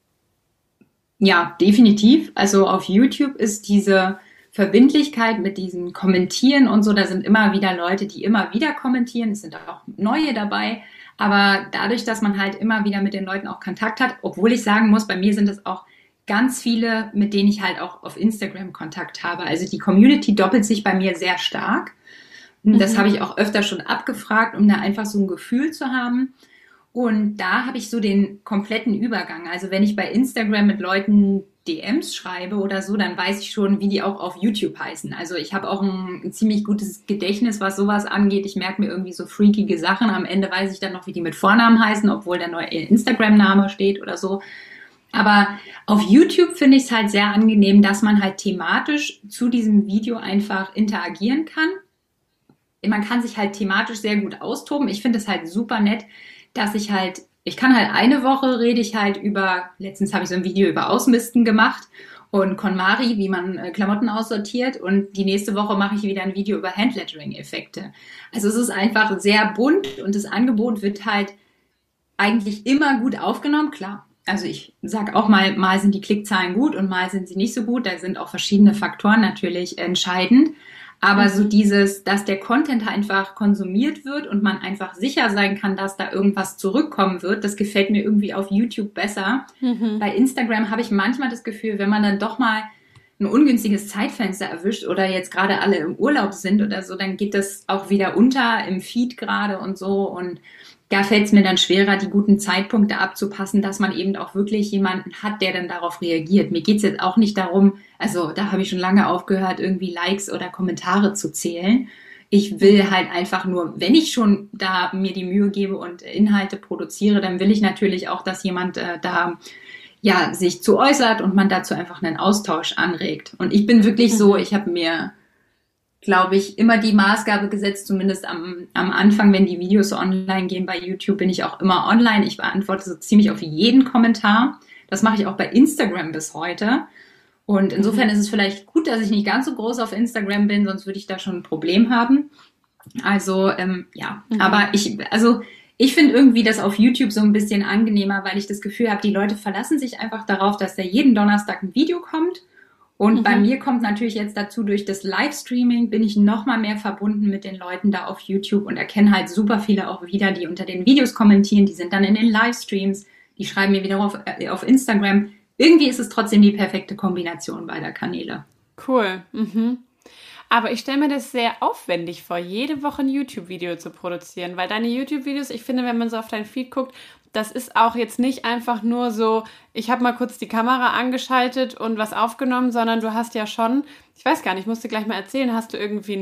Ja, definitiv. Also auf YouTube ist diese Verbindlichkeit mit diesem Kommentieren und so, da sind immer wieder Leute, die immer wieder kommentieren, es sind auch neue dabei, aber dadurch, dass man halt immer wieder mit den Leuten auch Kontakt hat, obwohl ich sagen muss, bei mir sind es auch ganz viele, mit denen ich halt auch auf Instagram Kontakt habe. Also die Community doppelt sich bei mir sehr stark. Das habe ich auch öfter schon abgefragt, um da einfach so ein Gefühl zu haben. Und da habe ich so den kompletten Übergang. Also wenn ich bei Instagram mit Leuten DMs schreibe oder so, dann weiß ich schon, wie die auch auf YouTube heißen. Also ich habe auch ein ziemlich gutes Gedächtnis, was sowas angeht. Ich merke mir irgendwie so freakige Sachen. Am Ende weiß ich dann noch, wie die mit Vornamen heißen, obwohl der neue Instagram-Name steht oder so. Aber auf YouTube finde ich es halt sehr angenehm, dass man halt thematisch zu diesem Video einfach interagieren kann. Man kann sich halt thematisch sehr gut austoben. Ich finde es halt super nett, dass ich kann halt eine Woche rede ich halt letztens habe ich so ein Video über Ausmisten gemacht und KonMari, wie man Klamotten aussortiert, und die nächste Woche mache ich wieder ein Video über Handlettering-Effekte. Also es ist einfach sehr bunt und das Angebot wird halt eigentlich immer gut aufgenommen, klar. Also ich sage auch mal sind die Klickzahlen gut und mal sind sie nicht so gut. Da sind auch verschiedene Faktoren natürlich entscheidend. Aber so dass der Content einfach konsumiert wird und man einfach sicher sein kann, dass da irgendwas zurückkommen wird, das gefällt mir irgendwie auf YouTube besser. Bei Instagram habe ich manchmal das Gefühl, wenn man dann doch mal ein ungünstiges Zeitfenster erwischt oder jetzt gerade alle im Urlaub sind oder so, dann geht das auch wieder unter im Feed gerade und so. Und da fällt es mir dann schwerer, die guten Zeitpunkte abzupassen, dass man eben auch wirklich jemanden hat, der dann darauf reagiert. Mir geht's jetzt auch nicht darum, also da habe ich schon lange aufgehört, irgendwie Likes oder Kommentare zu zählen. Ich will halt einfach nur, wenn ich schon da mir die Mühe gebe und Inhalte produziere, dann will ich natürlich auch, dass jemand da ja sich zu äußert und man dazu einfach einen Austausch anregt. Und ich bin wirklich so, ich habe mir, glaube ich, immer die Maßgabe gesetzt, zumindest am Anfang, wenn die Videos online gehen bei YouTube, bin ich auch immer online. Ich beantworte so ziemlich auf jeden Kommentar. Das mache ich auch bei Instagram bis heute. Und insofern ist es vielleicht gut, dass ich nicht ganz so groß auf Instagram bin, sonst würde ich da schon ein Problem haben. Also, aber ich finde irgendwie das auf YouTube so ein bisschen angenehmer, weil ich das Gefühl habe, die Leute verlassen sich einfach darauf, dass da jeden Donnerstag ein Video kommt. Und bei mir kommt natürlich jetzt dazu, durch das Livestreaming bin ich noch mal mehr verbunden mit den Leuten da auf YouTube und erkenne halt super viele auch wieder, die unter den Videos kommentieren, die sind dann in den Livestreams, die schreiben mir wieder auf Instagram. Irgendwie ist es trotzdem die perfekte Kombination beider Kanäle. Cool. Aber ich stelle mir das sehr aufwendig vor, jede Woche ein YouTube-Video zu produzieren, weil deine YouTube-Videos, ich finde, wenn man so auf dein Feed guckt, das ist auch jetzt nicht einfach nur so, ich habe mal kurz die Kamera angeschaltet und was aufgenommen, sondern du hast ja schon, ich weiß gar nicht, musst du gleich mal erzählen, hast du irgendwie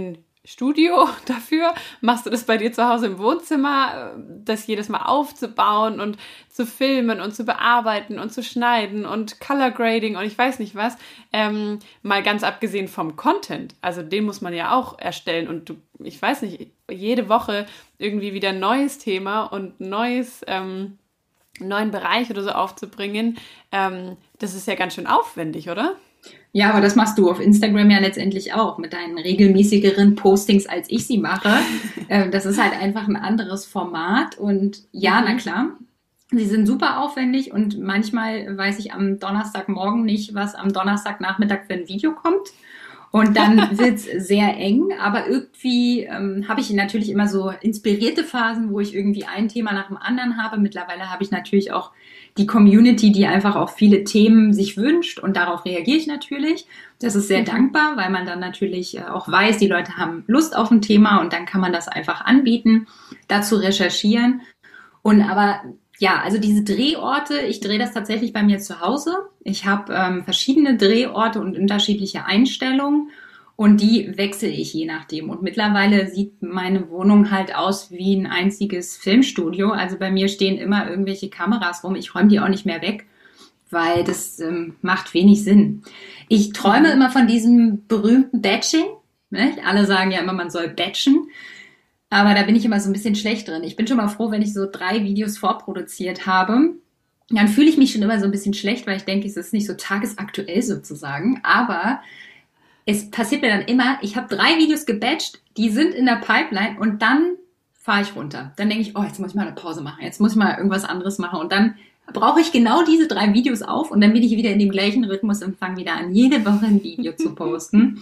Studio dafür? Machst du das bei dir zu Hause im Wohnzimmer, das jedes Mal aufzubauen und zu filmen und zu bearbeiten und zu schneiden und Color Grading und ich weiß nicht was? Mal ganz abgesehen vom Content, also den muss man ja auch erstellen und ich weiß nicht, jede Woche irgendwie wieder ein neues Thema und neuen Bereich oder so aufzubringen, das ist ja ganz schön aufwendig, oder? Ja, aber das machst du auf Instagram ja letztendlich auch mit deinen regelmäßigeren Postings, als ich sie mache. Das ist halt einfach ein anderes Format und ja, na klar, sie sind super aufwendig und manchmal weiß ich am Donnerstagmorgen nicht, was am Donnerstagnachmittag für ein Video kommt. Und dann wird's sehr eng, aber irgendwie habe ich natürlich immer so inspirierte Phasen, wo ich irgendwie ein Thema nach dem anderen habe. Mittlerweile habe ich natürlich auch die Community, die einfach auch viele Themen sich wünscht und darauf reagiere ich natürlich. Das ist sehr dankbar, weil man dann natürlich auch weiß, die Leute haben Lust auf ein Thema und dann kann man das einfach anbieten, dazu recherchieren. Und aber ja, also diese Drehorte, ich drehe das tatsächlich bei mir zu Hause. Ich habe verschiedene Drehorte und unterschiedliche Einstellungen und die wechsle ich je nachdem. Und mittlerweile sieht meine Wohnung halt aus wie ein einziges Filmstudio. Also bei mir stehen immer irgendwelche Kameras rum. Ich räume die auch nicht mehr weg, weil das macht wenig Sinn. Ich träume immer von diesem berühmten Batching. Ne? Alle sagen ja immer, man soll batchen. Aber da bin ich immer so ein bisschen schlecht drin. Ich bin schon mal froh, wenn ich so 3 Videos vorproduziert habe. Dann fühle ich mich schon immer so ein bisschen schlecht, weil ich denke, es ist nicht so tagesaktuell sozusagen. Aber es passiert mir dann immer, ich habe 3 Videos gebatcht, die sind in der Pipeline und dann fahre ich runter. Dann denke ich, oh, jetzt muss ich mal eine Pause machen, jetzt muss ich mal irgendwas anderes machen. Und dann brauche ich genau diese 3 Videos auf und dann bin ich wieder in dem gleichen Rhythmus und fange wieder an, jede Woche ein Video zu posten.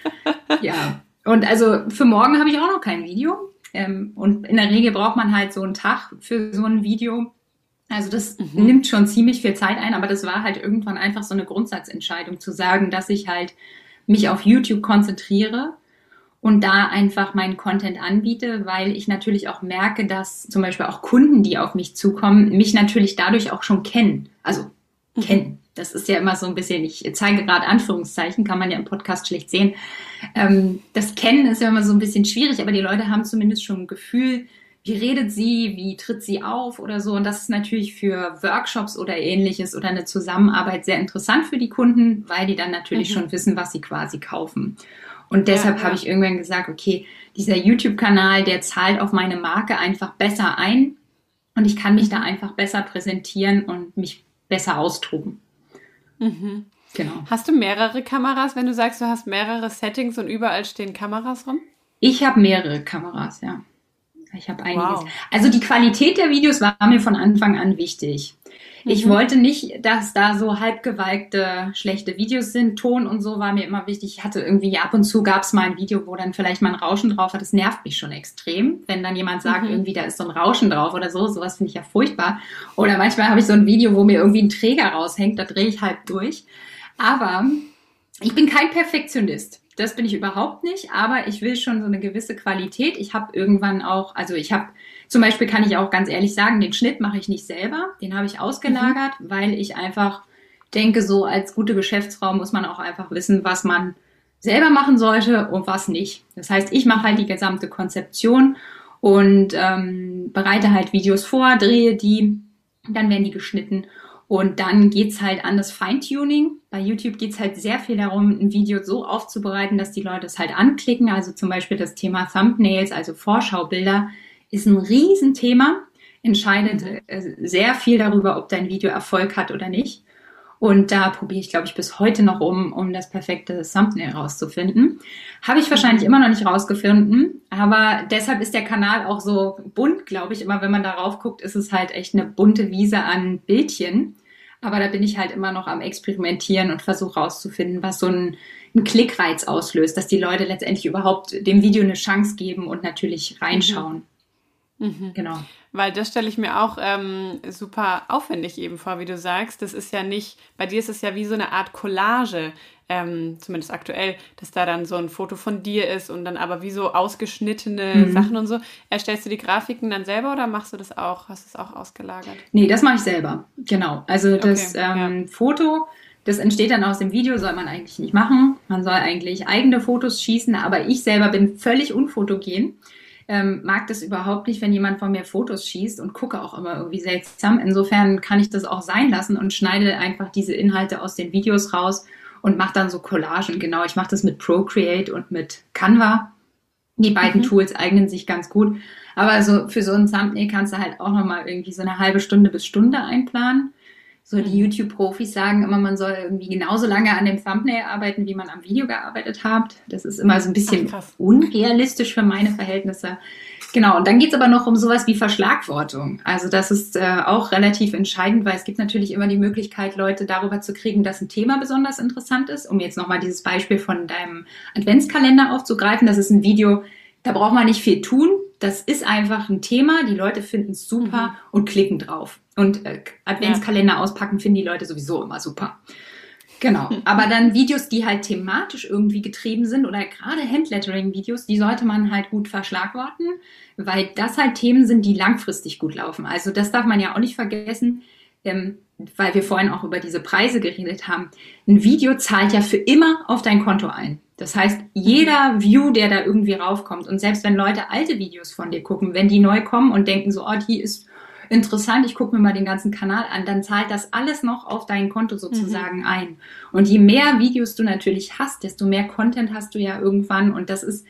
Ja, und also für morgen habe ich auch noch kein Video. Und in der Regel braucht man halt so einen Tag für so ein Video. Also das nimmt schon ziemlich viel Zeit ein, aber das war halt irgendwann einfach so eine Grundsatzentscheidung zu sagen, dass ich halt mich auf YouTube konzentriere und da einfach meinen Content anbiete, weil ich natürlich auch merke, dass zum Beispiel auch Kunden, die auf mich zukommen, mich natürlich dadurch auch schon kennen. Also kennen. Das ist ja immer so ein bisschen, ich zeige gerade Anführungszeichen, kann man ja im Podcast schlecht sehen. Das Kennen ist ja immer so ein bisschen schwierig, aber die Leute haben zumindest schon ein Gefühl, wie redet sie, wie tritt sie auf oder so. Und das ist natürlich für Workshops oder Ähnliches oder eine Zusammenarbeit sehr interessant für die Kunden, weil die dann natürlich schon wissen, was sie quasi kaufen. Und deshalb habe ich irgendwann gesagt, okay, dieser YouTube-Kanal, der zahlt auf meine Marke einfach besser ein und ich kann mich da einfach besser präsentieren und mich besser austoben. Genau. Hast du mehrere Kameras, wenn du sagst, du hast mehrere Settings und überall stehen Kameras rum? Ich habe mehrere Kameras, ja. Ich habe einiges. Wow. Also die Qualität der Videos war mir von Anfang an wichtig. Ich wollte nicht, dass da so halbgewalkte, schlechte Videos sind. Ton und so war mir immer wichtig. Ich hatte irgendwie, ab und zu gab es mal ein Video, wo dann vielleicht mal ein Rauschen drauf hat. Das nervt mich schon extrem. Wenn dann jemand sagt, irgendwie da ist so ein Rauschen drauf oder so. Sowas finde ich ja furchtbar. Oder manchmal habe ich so ein Video, wo mir irgendwie ein Träger raushängt. Da drehe ich halb durch. Aber ich bin kein Perfektionist. Das bin ich überhaupt nicht, aber ich will schon so eine gewisse Qualität. Ich habe irgendwann auch, also ich habe, zum Beispiel kann ich auch ganz ehrlich sagen, den Schnitt mache ich nicht selber. Den habe ich ausgelagert, weil ich einfach denke, so als gute Geschäftsfrau muss man auch einfach wissen, was man selber machen sollte und was nicht. Das heißt, ich mache halt die gesamte Konzeption und bereite halt Videos vor, drehe die, dann werden die geschnitten. Und dann geht's halt an das Feintuning. Bei YouTube geht's halt sehr viel darum, ein Video so aufzubereiten, dass die Leute es halt anklicken. Also zum Beispiel das Thema Thumbnails, also Vorschaubilder, ist ein Riesenthema. Entscheidet sehr viel darüber, ob dein Video Erfolg hat oder nicht. Und da probiere ich, glaube ich, bis heute noch um das perfekte Thumbnail rauszufinden. Habe ich wahrscheinlich immer noch nicht rausgefunden, aber deshalb ist der Kanal auch so bunt, glaube ich. Immer wenn man darauf guckt, ist es halt echt eine bunte Wiese an Bildchen. Aber da bin ich halt immer noch am Experimentieren und versuche rauszufinden, was so ein Klickreiz auslöst, dass die Leute letztendlich überhaupt dem Video eine Chance geben und natürlich reinschauen. Genau. Weil das stelle ich mir auch super aufwendig eben vor, wie du sagst. Das ist ja nicht, bei dir ist es ja wie so eine Art Collage, zumindest aktuell, dass da dann so ein Foto von dir ist und dann aber wie so ausgeschnittene Sachen und so. Erstellst du die Grafiken dann selber oder machst du das auch, hast du es auch ausgelagert? Nee, das mache ich selber, genau. Also das Foto, Das entsteht dann aus dem Video, soll man eigentlich nicht machen. Man soll eigentlich eigene Fotos schießen, aber ich selber bin völlig unfotogen. Mag das überhaupt nicht, wenn jemand von mir Fotos schießt und gucke auch immer irgendwie seltsam. Insofern kann ich das auch sein lassen und schneide einfach diese Inhalte aus den Videos raus und mache dann so Collagen. Genau, ich mache das mit Procreate und mit Canva. Die beiden Tools eignen sich ganz gut. Aber so für so ein Thumbnail kannst du halt auch nochmal irgendwie so eine halbe Stunde bis Stunde einplanen. So die YouTube-Profis sagen immer, man soll irgendwie genauso lange an dem Thumbnail arbeiten, wie man am Video gearbeitet hat. Das ist immer so ein bisschen unrealistisch für meine Verhältnisse. Genau, und dann geht's aber noch um sowas wie Verschlagwortung. Also das ist auch relativ entscheidend, weil es gibt natürlich immer die Möglichkeit, Leute darüber zu kriegen, dass ein Thema besonders interessant ist. Um jetzt nochmal dieses Beispiel von deinem Adventskalender aufzugreifen. Das ist ein Video, da braucht man nicht viel tun. Das ist einfach ein Thema. Die Leute finden es super und klicken drauf. Und Adventskalender auspacken finden die Leute sowieso immer super. Genau. Aber dann Videos, die halt thematisch irgendwie getrieben sind oder gerade Handlettering-Videos, die sollte man halt gut verschlagworten, weil das halt Themen sind, die langfristig gut laufen. Also das darf man ja auch nicht vergessen, weil wir vorhin auch über diese Preise geredet haben. Ein Video zahlt ja für immer auf dein Konto ein. Das heißt, jeder View, der da irgendwie raufkommt und selbst wenn Leute alte Videos von dir gucken, wenn die neu kommen und denken so, oh, die ist interessant, ich gucke mir mal den ganzen Kanal an, dann zahlt das alles noch auf dein Konto sozusagen ein. Und je mehr Videos du natürlich hast, desto mehr Content hast du ja irgendwann. Und das ist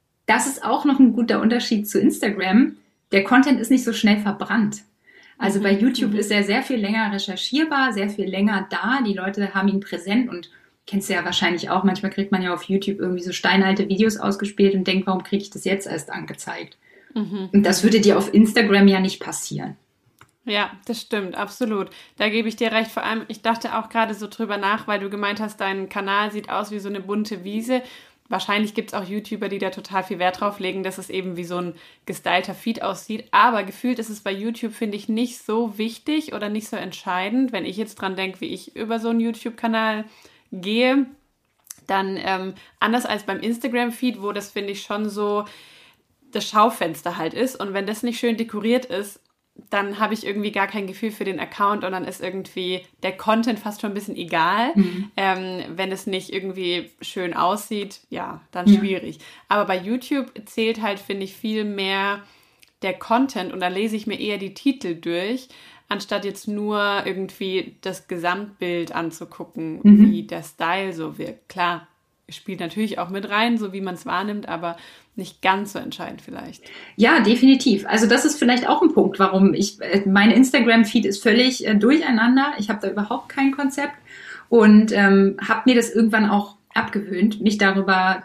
auch noch ein guter Unterschied zu Instagram. Der Content ist nicht so schnell verbrannt. Also bei YouTube ist er sehr viel länger recherchierbar, sehr viel länger da. Die Leute haben ihn präsent und kennst du ja wahrscheinlich auch. Manchmal kriegt man ja auf YouTube irgendwie so steinalte Videos ausgespielt und denkt, warum kriege ich das jetzt erst angezeigt? Und das würde dir auf Instagram ja nicht passieren. Ja, das stimmt, absolut. Da gebe ich dir recht. Vor allem, ich dachte auch gerade so drüber nach, weil du gemeint hast, dein Kanal sieht aus wie so eine bunte Wiese. Wahrscheinlich gibt es auch YouTuber, die da total viel Wert drauf legen, dass es eben wie so ein gestylter Feed aussieht. Aber gefühlt ist es bei YouTube, finde ich, nicht so wichtig oder nicht so entscheidend. Wenn ich jetzt dran denke, wie ich über so einen YouTube-Kanal gehe, dann anders als beim Instagram-Feed, wo das, finde ich, schon so das Schaufenster halt ist. Und wenn das nicht schön dekoriert ist, dann habe ich irgendwie gar kein Gefühl für den Account und dann ist irgendwie der Content fast schon ein bisschen egal. Wenn es nicht irgendwie schön aussieht, ja, dann schwierig. Aber bei YouTube zählt halt, finde ich, viel mehr der Content und da lese ich mir eher die Titel durch, anstatt jetzt nur irgendwie das Gesamtbild anzugucken, wie der Style so wirkt. Klar, spielt natürlich auch mit rein, so wie man es wahrnimmt, aber nicht ganz so entscheidend vielleicht. Ja, definitiv. Also das ist vielleicht auch ein Punkt, warum mein Instagram-Feed ist völlig durcheinander. Ich habe da überhaupt kein Konzept und habe mir das irgendwann auch abgewöhnt, mich darüber,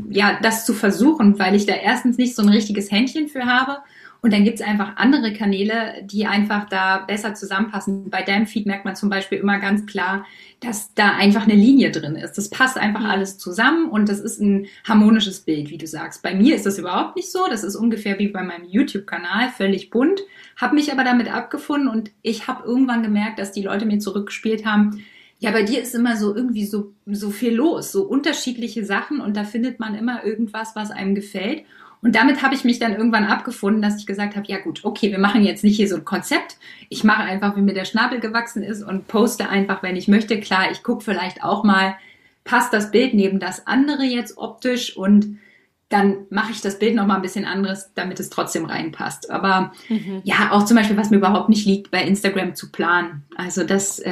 das zu versuchen, weil ich da erstens nicht so ein richtiges Händchen für habe. Und dann gibt's einfach andere Kanäle, die einfach da besser zusammenpassen. Bei deinem Feed merkt man zum Beispiel immer ganz klar, dass da einfach eine Linie drin ist. Das passt einfach alles zusammen und das ist ein harmonisches Bild, wie du sagst. Bei mir ist das überhaupt nicht so. Das ist ungefähr wie bei meinem YouTube-Kanal, völlig bunt. Habe mich aber damit abgefunden und ich habe irgendwann gemerkt, dass die Leute mir zurückgespielt haben, ja, bei dir ist immer so irgendwie so viel los, so unterschiedliche Sachen und da findet man immer irgendwas, was einem gefällt. Und damit habe ich mich dann irgendwann abgefunden, dass ich gesagt habe, ja gut, okay, wir machen jetzt nicht hier so ein Konzept. Ich mache einfach, wie mir der Schnabel gewachsen ist und poste einfach, wenn ich möchte. Klar, ich gucke vielleicht auch mal, passt das Bild neben das andere jetzt optisch und dann mache ich das Bild nochmal ein bisschen anderes, damit es trotzdem reinpasst. Aber ja, auch zum Beispiel, was mir überhaupt nicht liegt, bei Instagram zu planen. Also das,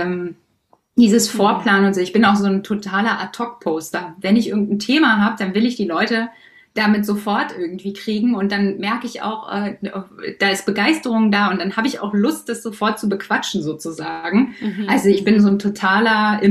dieses Vorplanen und so. Ich bin auch so ein totaler Ad-Hoc-Poster. Wenn ich irgendein Thema habe, dann will ich die Leute damit sofort irgendwie kriegen und dann merke ich auch, da ist Begeisterung da und dann habe ich auch Lust, das sofort zu bequatschen sozusagen. Also ich bin so ein totaler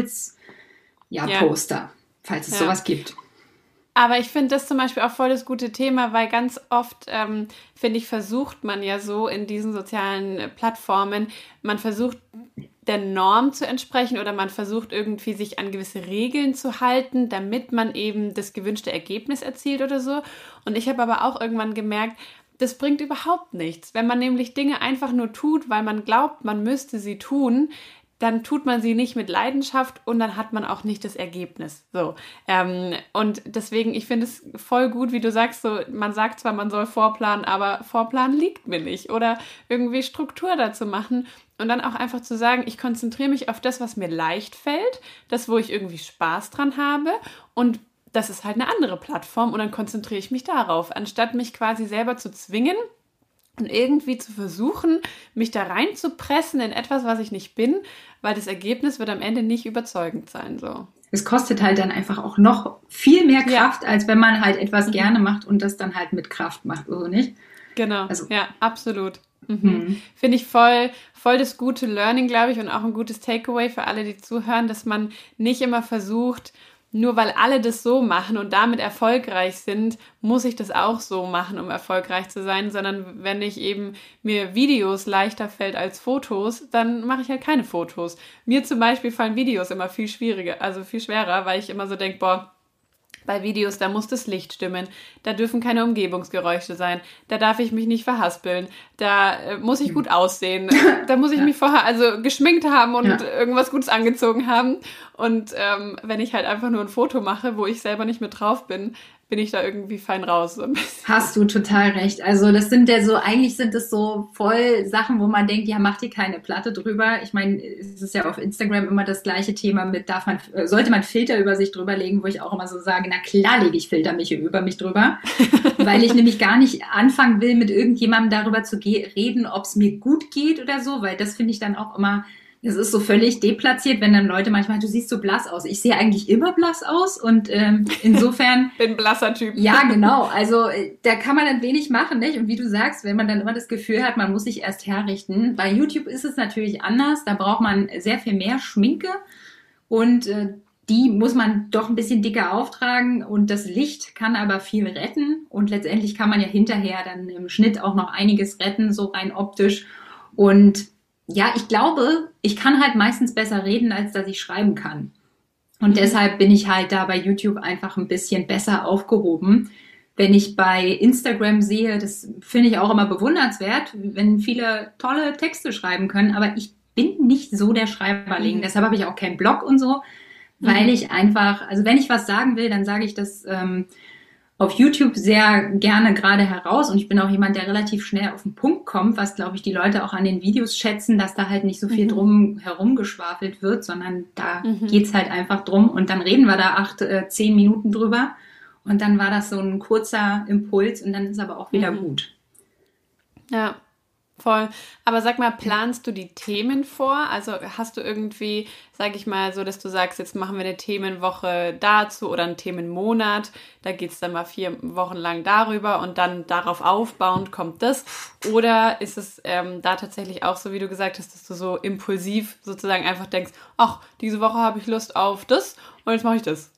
Impuls-Poster, falls es sowas gibt. Aber ich finde das zum Beispiel auch voll das gute Thema, weil ganz oft, finde ich, versucht man ja so in diesen sozialen Plattformen, man versucht der Norm zu entsprechen oder man versucht irgendwie sich an gewisse Regeln zu halten, damit man eben das gewünschte Ergebnis erzielt oder so. Und ich habe aber auch irgendwann gemerkt, das bringt überhaupt nichts. Wenn man nämlich Dinge einfach nur tut, weil man glaubt, man müsste sie tun, dann tut man sie nicht mit Leidenschaft und dann hat man auch nicht das Ergebnis. So. Und deswegen, ich finde es voll gut, wie du sagst, so, man sagt zwar, man soll vorplanen, aber vorplanen liegt mir nicht. Oder irgendwie Struktur dazu machen und dann auch einfach zu sagen, ich konzentriere mich auf das, was mir leicht fällt, das, wo ich irgendwie Spaß dran habe und das ist halt eine andere Plattform und dann konzentriere ich mich darauf, anstatt mich quasi selber zu zwingen, und irgendwie zu versuchen, mich da reinzupressen in etwas, was ich nicht bin, weil das Ergebnis wird am Ende nicht überzeugend sein. So. Es kostet halt dann einfach auch noch viel mehr Kraft, als wenn man halt etwas gerne macht und das dann halt mit Kraft macht, oder nicht? Genau, also, ja, absolut. Finde ich voll das gute Learning, glaube ich, und auch ein gutes Takeaway für alle, die zuhören, dass man nicht immer versucht, nur weil alle das so machen und damit erfolgreich sind, muss ich das auch so machen, um erfolgreich zu sein, sondern wenn ich eben mir Videos leichter fällt als Fotos, dann mache ich halt keine Fotos. Mir zum Beispiel fallen Videos immer viel schwerer, weil ich immer so denke, boah, bei Videos, da muss das Licht stimmen, da dürfen keine Umgebungsgeräusche sein, da darf ich mich nicht verhaspeln, da muss ich gut aussehen, da muss ich mich vorher geschminkt haben und irgendwas Gutes angezogen haben. Und wenn ich halt einfach nur ein Foto mache, wo ich selber nicht mit drauf bin ich da irgendwie fein raus. So ein bisschen. Hast du total recht. Also das sind eigentlich sind es so voll Sachen, wo man denkt, ja, mach dir keine Platte drüber. Ich meine, es ist ja auf Instagram immer das gleiche Thema mit, sollte man Filter über sich drüber legen, wo ich auch immer so sage, na klar lege ich Filter über mich drüber, weil ich nämlich gar nicht anfangen will, mit irgendjemandem darüber zu reden, ob es mir gut geht oder so, weil das finde ich dann auch immer, es ist so völlig deplatziert, wenn dann Leute manchmal, du siehst so blass aus. Ich sehe eigentlich immer blass aus und insofern... Bin ein blasser Typ. Ja, genau. Also da kann man dann wenig machen, nicht? Und wie du sagst, wenn man dann immer das Gefühl hat, man muss sich erst herrichten. Bei YouTube ist es natürlich anders. Da braucht man sehr viel mehr Schminke und die muss man doch ein bisschen dicker auftragen und das Licht kann aber viel retten und letztendlich kann man ja hinterher dann im Schnitt auch noch einiges retten, so rein optisch und ja, ich glaube, ich kann halt meistens besser reden, als dass ich schreiben kann. Und deshalb bin ich halt da bei YouTube einfach ein bisschen besser aufgehoben. Wenn ich bei Instagram sehe, das finde ich auch immer bewundernswert, wenn viele tolle Texte schreiben können, aber ich bin nicht so der Schreiberling. Deshalb habe ich auch keinen Blog und so, weil ich einfach, also wenn ich was sagen will, dann sage ich das auf YouTube sehr gerne gerade heraus und ich bin auch jemand, der relativ schnell auf den Punkt kommt, was, glaube ich, die Leute auch an den Videos schätzen, dass da halt nicht so viel drum herum geschwafelt wird, sondern da geht's halt einfach drum und dann reden wir da 10 Minuten drüber und dann war das so ein kurzer Impuls und dann ist aber auch wieder gut. Ja, voll. Aber sag mal, planst du die Themen vor? Also hast du irgendwie, sag ich mal, so, dass du sagst, jetzt machen wir eine Themenwoche dazu oder einen Themenmonat, da geht's dann mal 4 Wochen lang darüber und dann darauf aufbauend kommt das? Oder ist es da tatsächlich auch so, wie du gesagt hast, dass du so impulsiv sozusagen einfach denkst, ach, diese Woche habe ich Lust auf das und jetzt mache ich das?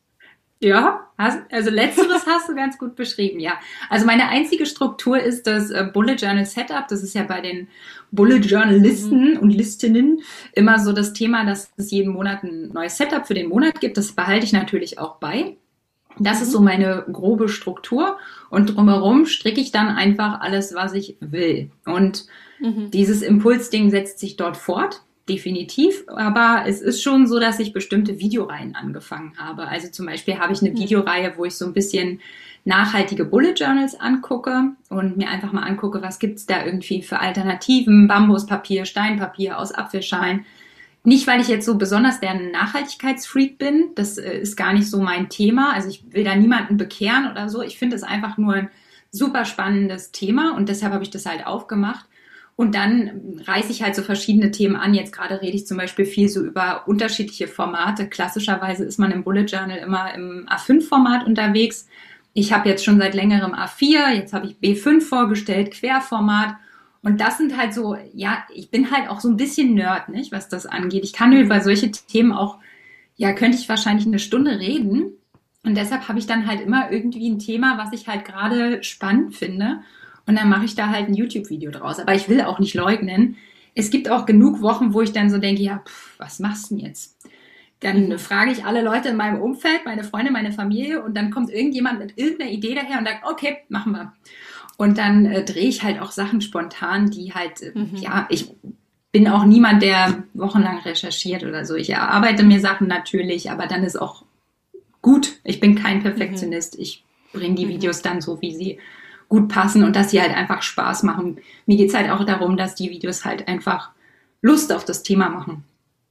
Ja, also letzteres hast du ganz gut beschrieben, ja. Also meine einzige Struktur ist das Bullet Journal Setup. Das ist ja bei den Bullet Journalisten und Listinnen immer so das Thema, dass es jeden Monat ein neues Setup für den Monat gibt. Das behalte ich natürlich auch bei. Das ist so meine grobe Struktur und drumherum stricke ich dann einfach alles, was ich will. Und dieses Impulsding setzt sich dort fort. Definitiv, aber es ist schon so, dass ich bestimmte Videoreihen angefangen habe. Also zum Beispiel habe ich eine Videoreihe, wo ich so ein bisschen nachhaltige Bullet Journals angucke und mir einfach mal angucke, was gibt's da irgendwie für Alternativen, Bambuspapier, Steinpapier aus Apfelschalen. Nicht, weil ich jetzt so besonders der Nachhaltigkeitsfreak bin, das ist gar nicht so mein Thema. Also ich will da niemanden bekehren oder so. Ich finde es einfach nur ein super spannendes Thema und deshalb habe ich das halt aufgemacht. Und dann reiße ich halt so verschiedene Themen an. Jetzt gerade rede ich zum Beispiel viel so über unterschiedliche Formate. Klassischerweise ist man im Bullet Journal immer im A5-Format unterwegs. Ich habe jetzt schon seit längerem A4, jetzt habe ich B5 vorgestellt, Querformat. Und das sind halt so, ja, ich bin halt auch so ein bisschen Nerd, nicht, was das angeht. Ich kann über solche Themen auch, ja, könnte ich wahrscheinlich eine Stunde reden. Und deshalb habe ich dann halt immer irgendwie ein Thema, was ich halt gerade spannend finde. Und dann mache ich da halt ein YouTube-Video draus. Aber ich will auch nicht leugnen, es gibt auch genug Wochen, wo ich dann so denke, ja, was machst du denn jetzt? Dann frage ich alle Leute in meinem Umfeld, meine Freunde, meine Familie und dann kommt irgendjemand mit irgendeiner Idee daher und sagt, okay, machen wir. Und dann drehe ich halt auch Sachen spontan, die halt, ja, ich bin auch niemand, der wochenlang recherchiert oder so. Ich erarbeite mir Sachen natürlich, aber dann ist auch gut. Ich bin kein Perfektionist. Ich bringe die Videos dann so, wie sie gut passen und dass sie halt einfach Spaß machen. Mir geht's halt auch darum, dass die Videos halt einfach Lust auf das Thema machen.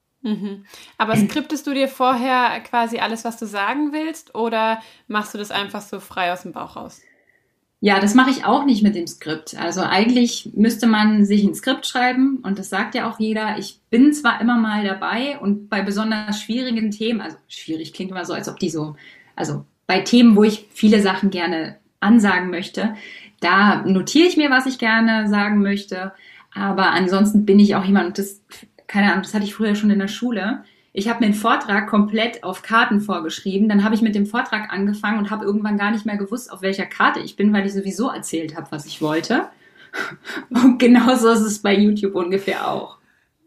Aber skriptest du dir vorher quasi alles, was du sagen willst, oder machst du das einfach so frei aus dem Bauch raus? Ja, das mache ich auch nicht mit dem Skript. Also eigentlich müsste man sich ein Skript schreiben und das sagt ja auch jeder. Ich bin zwar immer mal dabei und bei besonders schwierigen Themen, also schwierig klingt immer so, als ob die so, also bei Themen, wo ich viele Sachen gerne ansagen möchte, da notiere ich mir, was ich gerne sagen möchte. Aber ansonsten bin ich auch jemand, und das, keine Ahnung, das hatte ich früher schon in der Schule. Ich habe mir einen Vortrag komplett auf Karten vorgeschrieben. Dann habe ich mit dem Vortrag angefangen und habe irgendwann gar nicht mehr gewusst, auf welcher Karte ich bin, weil ich sowieso erzählt habe, was ich wollte. Und genauso ist es bei YouTube ungefähr auch.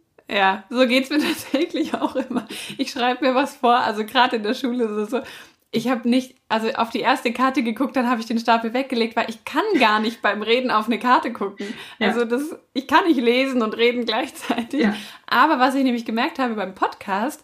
Ja, so geht's mir tatsächlich auch immer. Ich schreibe mir was vor, also gerade in der Schule ist es so. Ich habe nicht, also auf die erste Karte geguckt, dann habe ich den Stapel weggelegt, weil ich kann gar nicht beim Reden auf eine Karte gucken. Ja. Also ich kann nicht lesen und reden gleichzeitig. Ja. Aber was ich nämlich gemerkt habe beim Podcast,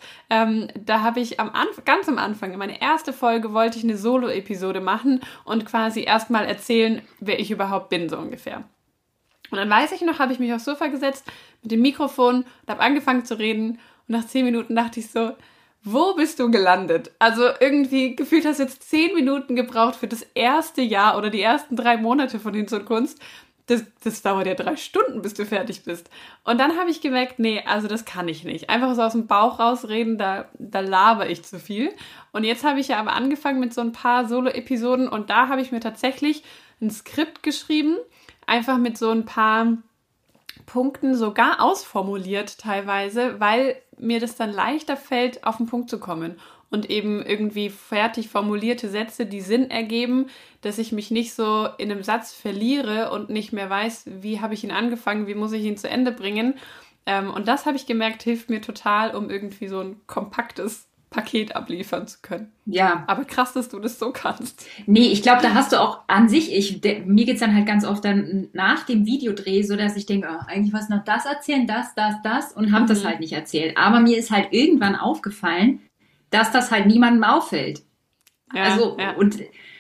da habe ich ganz am Anfang, in meine erste Folge, wollte ich eine Solo-Episode machen und quasi erstmal erzählen, wer ich überhaupt bin, so ungefähr. Und dann weiß ich noch, habe ich mich aufs Sofa gesetzt mit dem Mikrofon und habe angefangen zu reden. Und nach 10 Minuten dachte ich so, wo bist du gelandet? Also irgendwie gefühlt hast du jetzt 10 Minuten gebraucht für das erste Jahr oder die ersten 3 Monate von Hinz und Kunst. Das dauert ja 3 Stunden, bis du fertig bist. Und dann habe ich gemerkt, nee, also das kann ich nicht. Einfach so aus dem Bauch rausreden, da laber ich zu viel. Und jetzt habe ich ja aber angefangen mit so ein paar Solo-Episoden und da habe ich mir tatsächlich ein Skript geschrieben, einfach mit so ein paar Punkten sogar ausformuliert teilweise, weil mir das dann leichter fällt, auf den Punkt zu kommen und eben irgendwie fertig formulierte Sätze, die Sinn ergeben, dass ich mich nicht so in einem Satz verliere und nicht mehr weiß, wie habe ich ihn angefangen, wie muss ich ihn zu Ende bringen. Und das habe ich gemerkt, hilft mir total, um irgendwie so ein kompaktes Paket abliefern zu können. Ja. Aber krass, dass du das so kannst. Nee, ich glaube, da hast du auch an sich, mir geht's dann halt ganz oft dann nach dem Videodreh so, dass ich denke, oh, eigentlich was noch das erzählen, das und habe das halt nicht erzählt. Aber mir ist halt irgendwann aufgefallen, dass das halt niemandem auffällt. Ja, und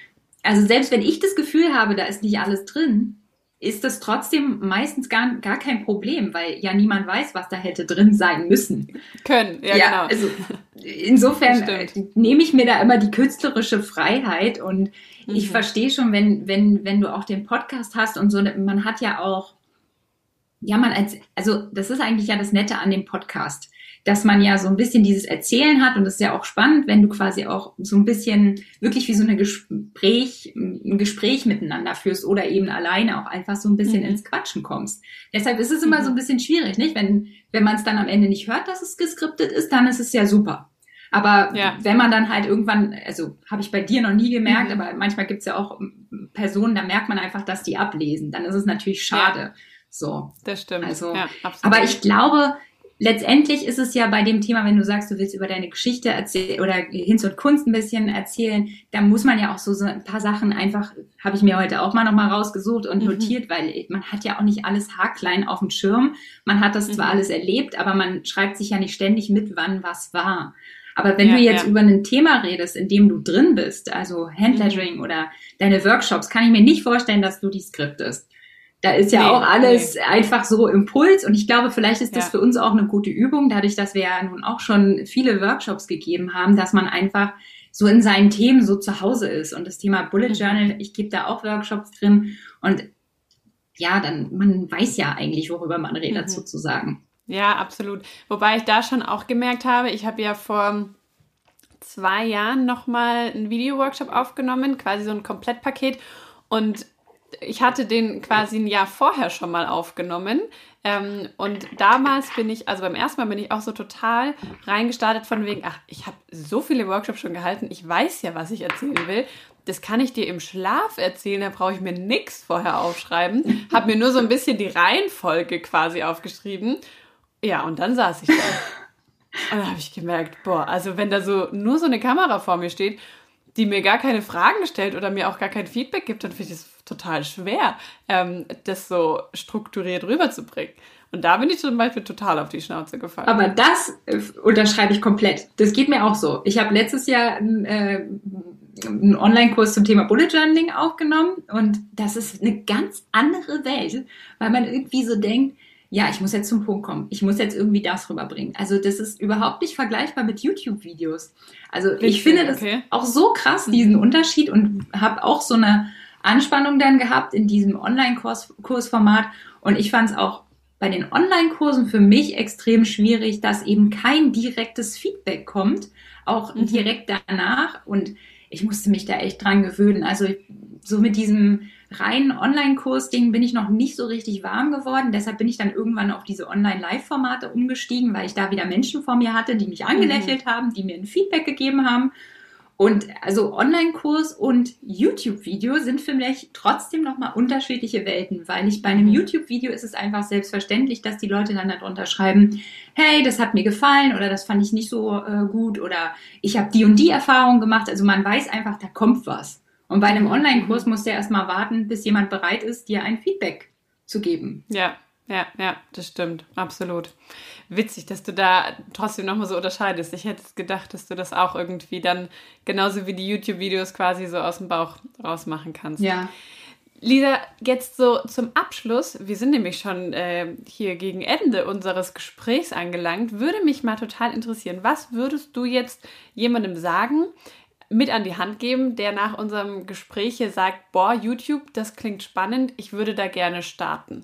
selbst wenn ich das Gefühl habe, da ist nicht alles drin, ist das trotzdem meistens gar kein Problem, weil ja niemand weiß, was da hätte drin sein müssen. Genau. Also insofern nehme ich mir da immer die künstlerische Freiheit und ich verstehe schon, wenn du auch den Podcast hast und so, man hat ja auch, also das ist eigentlich ja das Nette an dem Podcast, dass man ja so ein bisschen dieses Erzählen hat und das ist ja auch spannend, wenn du quasi auch so ein bisschen wirklich wie so ein Gespräch miteinander führst oder eben alleine auch einfach so ein bisschen ins Quatschen kommst. Deshalb ist es immer so ein bisschen schwierig, nicht? Wenn man es dann am Ende nicht hört, dass es geskriptet ist, dann ist es ja super. Aber wenn man dann halt irgendwann, also habe ich bei dir noch nie gemerkt, aber manchmal gibt es ja auch Personen, da merkt man einfach, dass die ablesen. Dann ist es natürlich schade. Ja. So. Das stimmt. Also, aber ich glaube, letztendlich ist es ja bei dem Thema, wenn du sagst, du willst über deine Geschichte erzählen oder Hinz und Kunst ein bisschen erzählen, da muss man ja auch so ein paar Sachen einfach, habe ich mir heute auch mal nochmal rausgesucht und notiert, weil man hat ja auch nicht alles haarklein auf dem Schirm. Man hat das zwar alles erlebt, aber man schreibt sich ja nicht ständig mit, wann was war. Aber wenn du jetzt über ein Thema redest, in dem du drin bist, also Handlettering oder deine Workshops, kann ich mir nicht vorstellen, dass du die skriptest. Da ist ja auch alles einfach so Impuls und ich glaube, vielleicht ist das für uns auch eine gute Übung, dadurch, dass wir ja nun auch schon viele Workshops gegeben haben, dass man einfach so in seinen Themen so zu Hause ist. Und das Thema Bullet Journal, ich gebe da auch Workshops drin und ja, dann, man weiß ja eigentlich, worüber man redet sozusagen. Ja, absolut. Wobei ich da schon auch gemerkt habe, ich habe ja vor 2 Jahren nochmal einen Video-Workshop aufgenommen, quasi so ein Komplettpaket und ich hatte den quasi ein Jahr vorher schon mal aufgenommen und damals beim ersten Mal bin ich auch so total reingestartet von wegen, ich habe so viele Workshops schon gehalten, ich weiß ja, was ich erzählen will, das kann ich dir im Schlaf erzählen, da brauche ich mir nichts vorher aufschreiben, habe mir nur so ein bisschen die Reihenfolge quasi aufgeschrieben, ja, und dann saß ich da und dann habe ich gemerkt, also wenn da so nur so eine Kamera vor mir steht, die mir gar keine Fragen stellt oder mir auch gar kein Feedback gibt, dann finde ich das total schwer, das so strukturiert rüberzubringen. Und da bin ich zum Beispiel total auf die Schnauze gefallen. Aber das unterschreibe ich komplett. Das geht mir auch so. Ich habe letztes Jahr einen Online-Kurs zum Thema Bullet Journaling aufgenommen und das ist eine ganz andere Welt, weil man irgendwie so denkt, ja, ich muss jetzt zum Punkt kommen. Ich muss jetzt irgendwie das rüberbringen. Also das ist überhaupt nicht vergleichbar mit YouTube-Videos. Also ich finde das auch so krass, diesen Unterschied, und habe auch so eine Anspannung dann gehabt in diesem Online-Kursformat. Und ich fand es auch bei den Online-Kursen für mich extrem schwierig, dass eben kein direktes Feedback kommt, auch direkt danach. Und ich musste mich da echt dran gewöhnen. Also so mit diesem reinen Online-Kurs-Ding bin ich noch nicht so richtig warm geworden. Deshalb bin ich dann irgendwann auf diese Online-Live-Formate umgestiegen, weil ich da wieder Menschen vor mir hatte, die mich angelächelt haben, die mir ein Feedback gegeben haben. Und also Online-Kurs und YouTube-Video sind für mich trotzdem nochmal unterschiedliche Welten, weil bei einem YouTube-Video ist es einfach selbstverständlich, dass die Leute dann darunter schreiben, hey, das hat mir gefallen oder das fand ich nicht so gut oder ich habe die und die Erfahrung gemacht. Also man weiß einfach, da kommt was. Und bei einem Online-Kurs musst du erstmal warten, bis jemand bereit ist, dir ein Feedback zu geben. Ja, das stimmt. Absolut. Witzig, dass du da trotzdem nochmal so unterscheidest. Ich hätte gedacht, dass du das auch irgendwie dann genauso wie die YouTube-Videos quasi so aus dem Bauch rausmachen kannst. Ja. Lisa, jetzt so zum Abschluss, wir sind nämlich schon hier gegen Ende unseres Gesprächs angelangt, würde mich mal total interessieren, was würdest du jetzt jemandem sagen, mit an die Hand geben, der nach unserem Gespräch hier sagt, boah, YouTube, das klingt spannend, ich würde da gerne starten.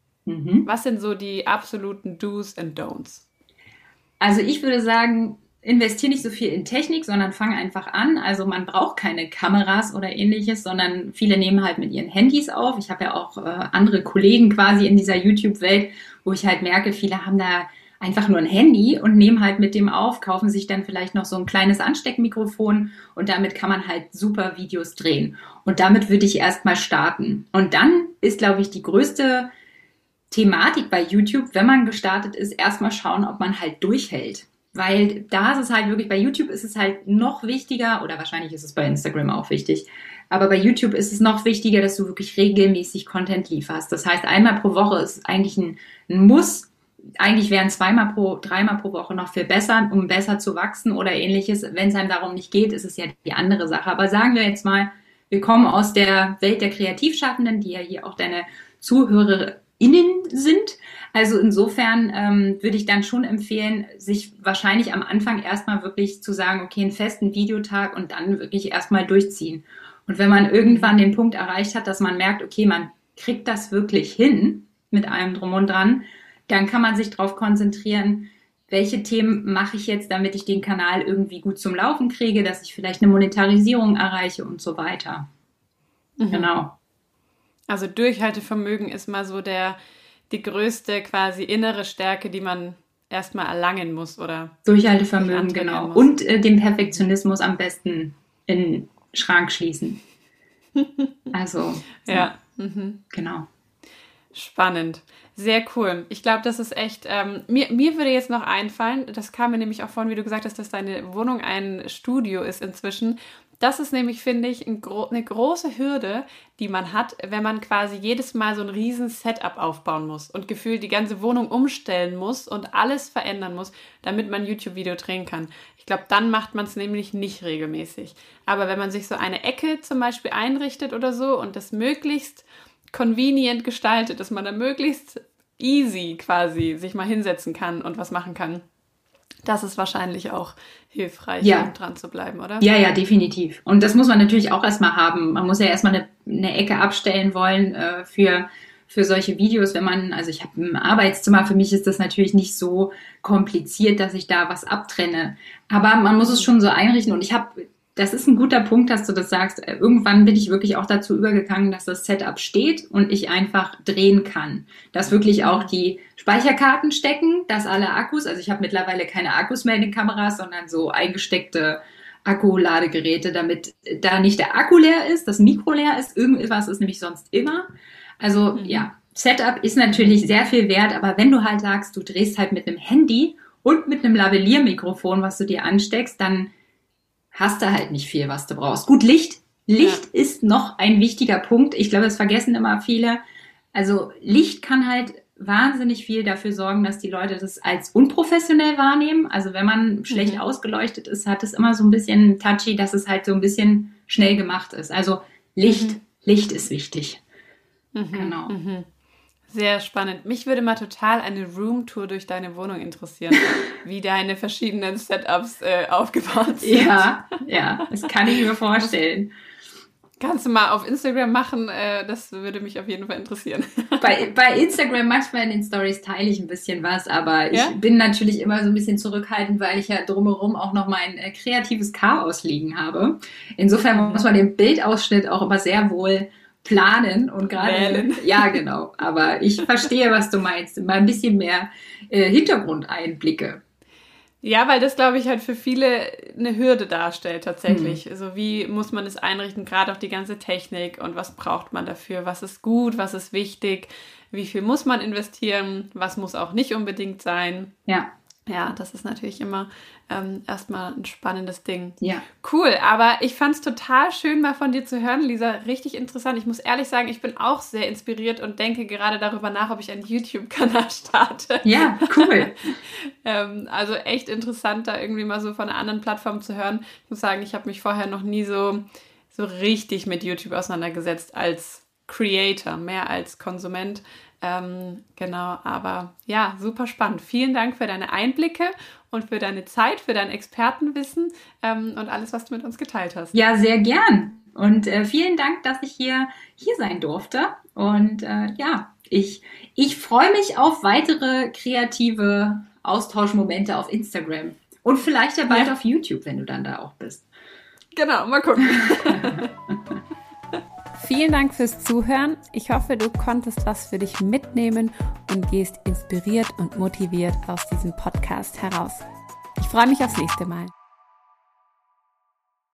Was sind so die absoluten Do's and Don'ts? Also ich würde sagen, investiere nicht so viel in Technik, sondern fang einfach an. Also man braucht keine Kameras oder ähnliches, sondern viele nehmen halt mit ihren Handys auf. Ich habe ja auch andere Kollegen quasi in dieser YouTube-Welt, wo ich halt merke, viele haben da einfach nur ein Handy und nehmen halt mit dem auf, kaufen sich dann vielleicht noch so ein kleines Ansteckmikrofon und damit kann man halt super Videos drehen. Und damit würde ich erstmal starten. Und dann ist, glaube ich, die größte Thematik bei YouTube, wenn man gestartet ist, erstmal schauen, ob man halt durchhält. Weil da ist es halt wirklich, bei YouTube ist es halt noch wichtiger, oder wahrscheinlich ist es bei Instagram auch wichtig, aber bei YouTube ist es noch wichtiger, dass du wirklich regelmäßig Content lieferst. Das heißt, einmal pro Woche ist eigentlich ein Muss. Eigentlich wären dreimal pro Woche noch viel besser, um besser zu wachsen oder ähnliches. Wenn es einem darum nicht geht, ist es ja die andere Sache. Aber sagen wir jetzt mal, wir kommen aus der Welt der Kreativschaffenden, die ja hier auch deine ZuhörerInnen sind. Also insofern würde ich dann schon empfehlen, sich wahrscheinlich am Anfang erstmal wirklich zu sagen, okay, einen festen Videotag und dann wirklich erstmal durchziehen. Und wenn man irgendwann den Punkt erreicht hat, dass man merkt, okay, man kriegt das wirklich hin mit allem drum und dran, dann kann man sich darauf konzentrieren, welche Themen mache ich jetzt, damit ich den Kanal irgendwie gut zum Laufen kriege, dass ich vielleicht eine Monetarisierung erreiche und so weiter. Genau. Also Durchhaltevermögen ist mal so die größte quasi innere Stärke, die man erstmal erlangen muss, oder? Durchhaltevermögen, genau. Und den Perfektionismus am besten in den Schrank schließen. Also, ja. Genau. Spannend. Sehr cool. Ich glaube, das ist echt, mir würde jetzt noch einfallen, das kam mir nämlich auch vorhin, wie du gesagt hast, dass deine Wohnung ein Studio ist inzwischen. Das ist nämlich, finde ich, eine große Hürde, die man hat, wenn man quasi jedes Mal so ein riesen Setup aufbauen muss und gefühlt die ganze Wohnung umstellen muss und alles verändern muss, damit man ein YouTube-Video drehen kann. Ich glaube, dann macht man es nämlich nicht regelmäßig. Aber wenn man sich so eine Ecke zum Beispiel einrichtet oder so und das möglichst convenient gestaltet, dass man da möglichst easy quasi sich mal hinsetzen kann und was machen kann, das ist wahrscheinlich auch hilfreich, um dran zu bleiben, oder? Ja, definitiv. Und das muss man natürlich auch erstmal haben. Man muss ja erstmal eine Ecke abstellen wollen für solche Videos. Also ich habe ein Arbeitszimmer, für mich ist das natürlich nicht so kompliziert, dass ich da was abtrenne. Aber man muss es schon so einrichten und das ist ein guter Punkt, dass du das sagst. Irgendwann bin ich wirklich auch dazu übergegangen, dass das Setup steht und ich einfach drehen kann. Dass wirklich auch die Speicherkarten stecken, dass alle Akkus, also ich habe mittlerweile keine Akkus mehr in den Kameras, sondern so eingesteckte Akkuladegeräte, damit da nicht der Akku leer ist, das Mikro leer ist. Irgendwas ist nämlich sonst immer. Also Setup ist natürlich sehr viel wert, aber wenn du halt sagst, du drehst halt mit einem Handy und mit einem Lavalier-Mikrofon, was du dir ansteckst, dann hast du halt nicht viel, was du brauchst. Gut, Licht Licht ist noch ein wichtiger Punkt. Ich glaube, das vergessen immer viele. Also Licht kann halt wahnsinnig viel dafür sorgen, dass die Leute das als unprofessionell wahrnehmen. Also wenn man schlecht ausgeleuchtet ist, hat es immer so ein bisschen touchy, dass es halt so ein bisschen schnell gemacht ist. Also Licht ist wichtig. Genau. Sehr spannend. Mich würde mal total eine Roomtour durch deine Wohnung interessieren, wie deine verschiedenen Setups aufgebaut sind. Ja, das kann ich mir vorstellen. Kannst du mal auf Instagram machen, das würde mich auf jeden Fall interessieren. Bei Instagram manchmal in den Stories teile ich ein bisschen was, aber ich bin natürlich immer so ein bisschen zurückhaltend, weil ich ja drumherum auch noch mein kreatives Chaos liegen habe. Insofern muss man den Bildausschnitt auch immer sehr wohl planen und gerade... Ja, genau. Aber ich verstehe, was du meinst. Mal ein bisschen mehr Hintergrundeinblicke. Ja, weil das, glaube ich, halt für viele eine Hürde darstellt tatsächlich. Also wie muss man es einrichten, gerade auch die ganze Technik und was braucht man dafür, was ist gut, was ist wichtig, wie viel muss man investieren, was muss auch nicht unbedingt sein. Ja, das ist natürlich immer erstmal ein spannendes Ding. Ja. Cool, aber ich fand es total schön, mal von dir zu hören, Lisa. Richtig interessant. Ich muss ehrlich sagen, ich bin auch sehr inspiriert und denke gerade darüber nach, ob ich einen YouTube-Kanal starte. Ja, cool. Also echt interessant, da irgendwie mal so von einer anderen Plattform zu hören. Ich muss sagen, ich habe mich vorher noch nie so richtig mit YouTube auseinandergesetzt als Creator, mehr als Konsument. Genau, aber ja, super spannend. Vielen Dank für deine Einblicke und für deine Zeit, für dein Expertenwissen und alles, was du mit uns geteilt hast. Ja, sehr gern. Und vielen Dank, dass ich hier sein durfte. Und ich freue mich auf weitere kreative Austauschmomente auf Instagram. Und vielleicht ja bald auf YouTube, wenn du dann da auch bist. Genau, mal gucken. Vielen Dank fürs Zuhören. Ich hoffe, du konntest was für dich mitnehmen und gehst inspiriert und motiviert aus diesem Podcast heraus. Ich freue mich aufs nächste Mal.